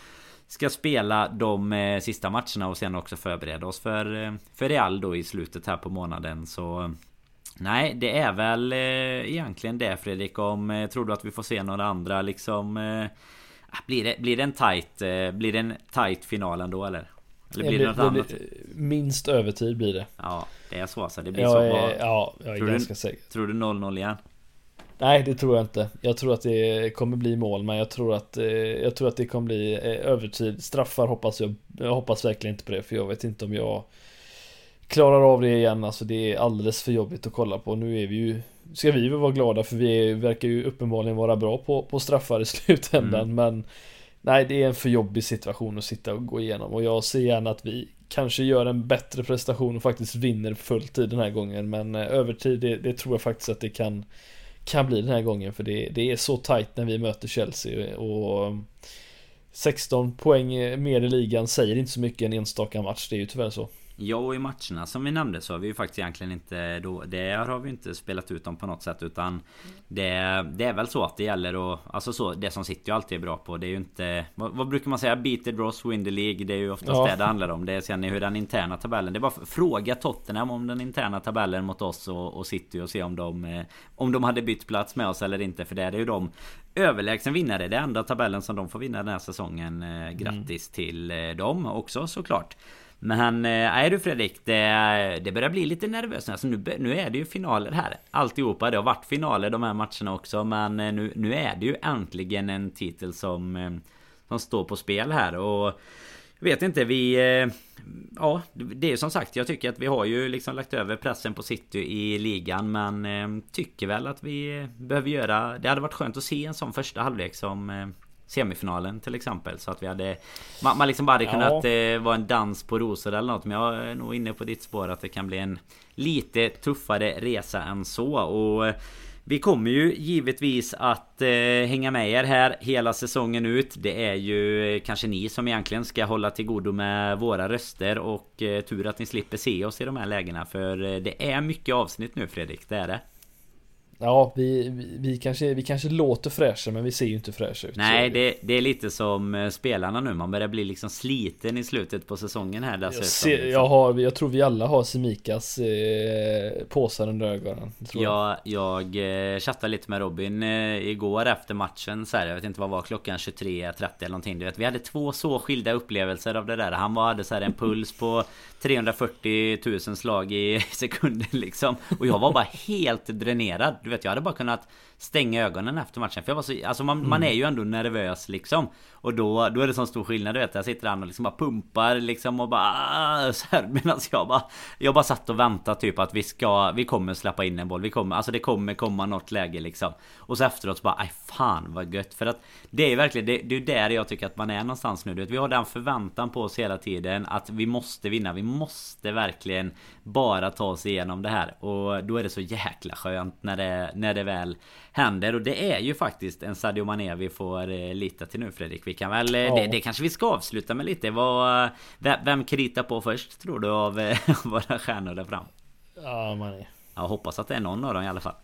ska spela de eh, sista matcherna och sen också förbereda oss för, eh, för Real då i slutet här på månaden. Så nej, det är väl eh, egentligen det, Fredrik. Om eh, tror du att vi får se några andra liksom eh, blir det blir det en tight eh, blir det en tight final ändå eller? Eller blir det, det, något det annat? Minst övertid blir det. Ja, det är så alltså. Det blir jag så är, bra. Ja, jag är tror ganska du, säker. Tror du noll noll igen? Nej, det tror jag inte. Jag tror att det kommer bli mål, men jag tror att eh, jag tror att det kommer bli eh, övertid. Straffar hoppas jag. Jag hoppas verkligen inte på det, för jag vet inte om jag klarar av det igen. Alltså det är alldeles för jobbigt att kolla på. Nu är vi ju ska vi väl vara glada, för vi verkar ju uppenbarligen vara bra på på straffar i slutändan, mm. men nej, det är en för jobbig situation att sitta och gå igenom, och jag ser gärna att vi kanske gör en bättre prestation och faktiskt vinner fulltid den här gången, men eh, övertid det, det tror jag faktiskt att det kan kan bli den här gången, för det, det är så tajt när vi möter Chelsea, och sexton poäng mer i ligan säger inte så mycket en enstaka match, det är ju tyvärr så. Ja, och i matcherna som vi nämnde så har vi ju faktiskt egentligen inte då, det har vi inte spelat ut dem på något sätt, utan det, det är väl så att det gäller, och alltså så, det som sitter ju alltid är bra på, det är ju inte, vad, vad brukar man säga, beat the draws, win the League, det är ju oftast ja. det det handlar om. Det är sen hur den interna tabellen, det är bara fråga Tottenham om den interna tabellen mot oss och, och City och se om de om de hade bytt plats med oss eller inte, för det är ju de överlägsen vinnare, det är enda tabellen som de får vinna den här säsongen. Grattis mm. till dem också såklart. Men nej du Fredrik, det, det börjar bli lite nervöst. Alltså nu, nu är det ju finaler här. Alltihopa, det har varit finaler de här matcherna också. Men nu, nu är det ju äntligen en titel som, som står på spel här. Och jag vet inte, vi... Ja, det är som sagt, jag tycker att vi har ju liksom lagt över pressen på City i ligan. Men tycker väl att vi behöver göra... Det hade varit skönt att se en sån första halvlek som... semifinalen till exempel, så att vi hade man, man liksom bara hade kunnat ja. eh, vara en dans på rosor eller något, men jag är nog inne på ditt spår att det kan bli en lite tuffare resa än så, och eh, vi kommer ju givetvis att eh, hänga med er här hela säsongen ut. Det är ju eh, kanske ni som egentligen ska hålla till godo med våra röster, och eh, tur att ni slipper se oss i de här lägena, för eh, det är mycket avsnitt nu Fredrik, det är det. Ja, vi, vi, vi, kanske, vi kanske låter fräscha, men vi ser ju inte fräscha ut. Nej, det, det är lite som spelarna nu. Man börjar bli liksom sliten i slutet på säsongen här. Jag, ser, liksom. jag, har, jag tror vi alla har Semikas eh, påsar under ögonen. Tror ja, jag jag eh, chattade lite med Robin eh, igår efter matchen. Så här, jag vet inte vad var klockan, tjugotre trettio eller någonting. Du vet, vi hade två så skilda upplevelser av det där. Han var, hade så här en puls på trehundrafyrtio tusen slag i sekunden liksom. Och jag var bara helt dränerad. Du vet, jag hade bara kunnat stänga ögonen efter matchen, för jag var så, alltså man, mm. man är ju ändå nervös liksom, och då, då är det sån stor skillnad, du vet, jag sitter där och liksom bara pumpar liksom, och bara så här, medan jag bara jag bara satt och väntade typ att vi ska vi kommer släppa in en boll, vi kommer, alltså det kommer komma något läge liksom, och så efteråt så bara, aj fan vad gött, för att det är ju verkligen, det, det är ju där jag tycker att man är någonstans nu, du vet, vi har den förväntan på oss hela tiden att vi måste vinna, vi måste verkligen bara ta oss igenom det här, och då är det så jäkla skönt när det, när det väl händer, och det är ju faktiskt en Sadio Mané vi får eh, lita till nu Fredrik. Vi kan väl, ja. det, det kanske vi ska avsluta med lite. Vad, vem, vem kritar på först tror du av eh, våra stjärnor där fram? Ja, Mané. Jag hoppas att det är någon av dem i alla fall.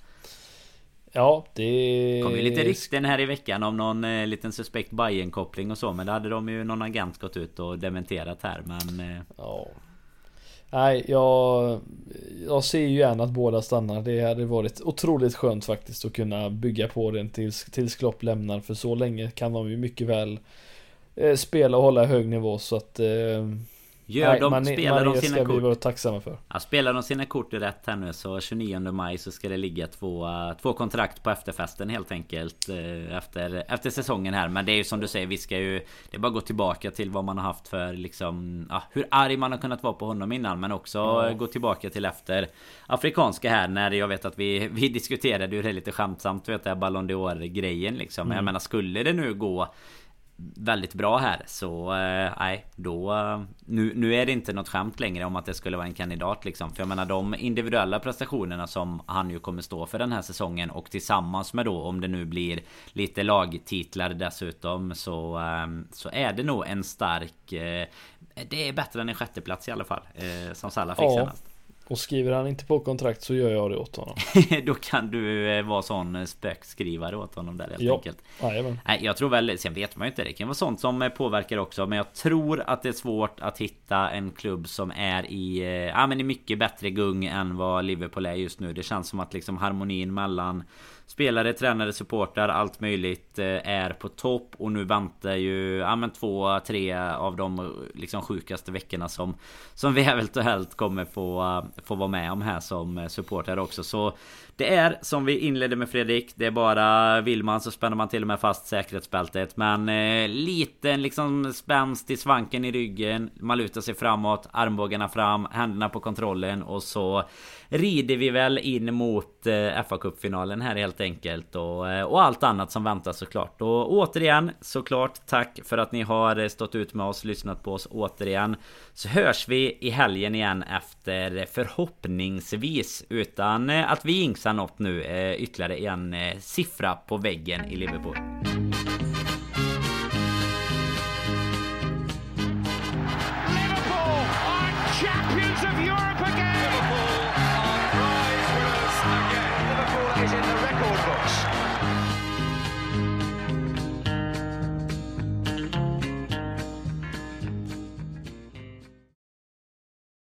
Ja, det kom ju lite rykten här i veckan om någon eh, liten suspekt Bayern-koppling och så, men då hade de ju någon agent gått ut och dementerat här, men eh... ja. Nej, jag, jag ser ju gärna att båda stannar. Det hade varit otroligt skönt faktiskt att kunna bygga på den tills, tills Klopp lämnar. För så länge kan de ju mycket väl eh, spela och hålla hög nivå. Så att eh, Gör nej, de, man, spelar man de sina ska kort. Vi vara tacksamma för. Ja, spelar de sina kort rätt här nu, så tjugonionde maj så ska det ligga två, två kontrakt på efterfesten helt enkelt efter, efter säsongen här. Men det är ju som du säger, vi ska ju, det är bara gå tillbaka till vad man har haft för liksom, ja, hur arg man har kunnat vara på honom innan, men också ja. gå tillbaka till efter afrikanska här, när jag vet att vi, vi diskuterade ju det lite skämtsamt, vet jag, Ballon d'Or grejen liksom. Mm. Jag menar, skulle det nu gå väldigt bra här, så eh, nej, då eh, nu, nu är det inte något skämt längre om att det skulle vara en kandidat liksom, för jag menar de individuella prestationerna som han ju kommer stå för den här säsongen, och tillsammans med då, om det nu blir lite lagtitlar dessutom, så, eh, så är det nog en stark eh, det är bättre än en sjätteplats i alla fall, eh, som Salah fick ja. senast. Och skriver han inte på kontrakt så gör jag det åt honom. Då kan du eh, vara sån spökskrivare åt honom där helt ja. enkelt. Jajamän. Nej, jag tror väl, sen vet man ju inte, det kan vara sånt som eh, påverkar också. Men jag tror att det är svårt att hitta en klubb som är i, eh, ja, men i mycket bättre gung än vad Liverpool är just nu. Det känns som att liksom harmonin mellan spelare, tränare, supportrar, allt möjligt eh, är på topp. Och nu väntar ju ja, men två, tre av de liksom sjukaste veckorna som, som vi eventuellt kommer få, få vara med om här som supportrar också. Så det är som vi inledde med, Fredrik, det är bara vill man så spänner man till och med fast säkerhetsbältet. Men eh, liten liksom spänst i svanken i ryggen, man lutar sig framåt, armbågarna fram, händerna på kontrollen, och så rider vi väl in mot eh, F A-cupfinalen här helt enkelt, och, eh, och allt annat som väntas såklart. Och återigen såklart tack för att ni har stått ut med oss, lyssnat på oss återigen. Så hörs vi i helgen igen efter förhoppningsvis, utan eh, att vi jinxar något nu, eh, ytterligare en eh, siffra på väggen i Liverpool.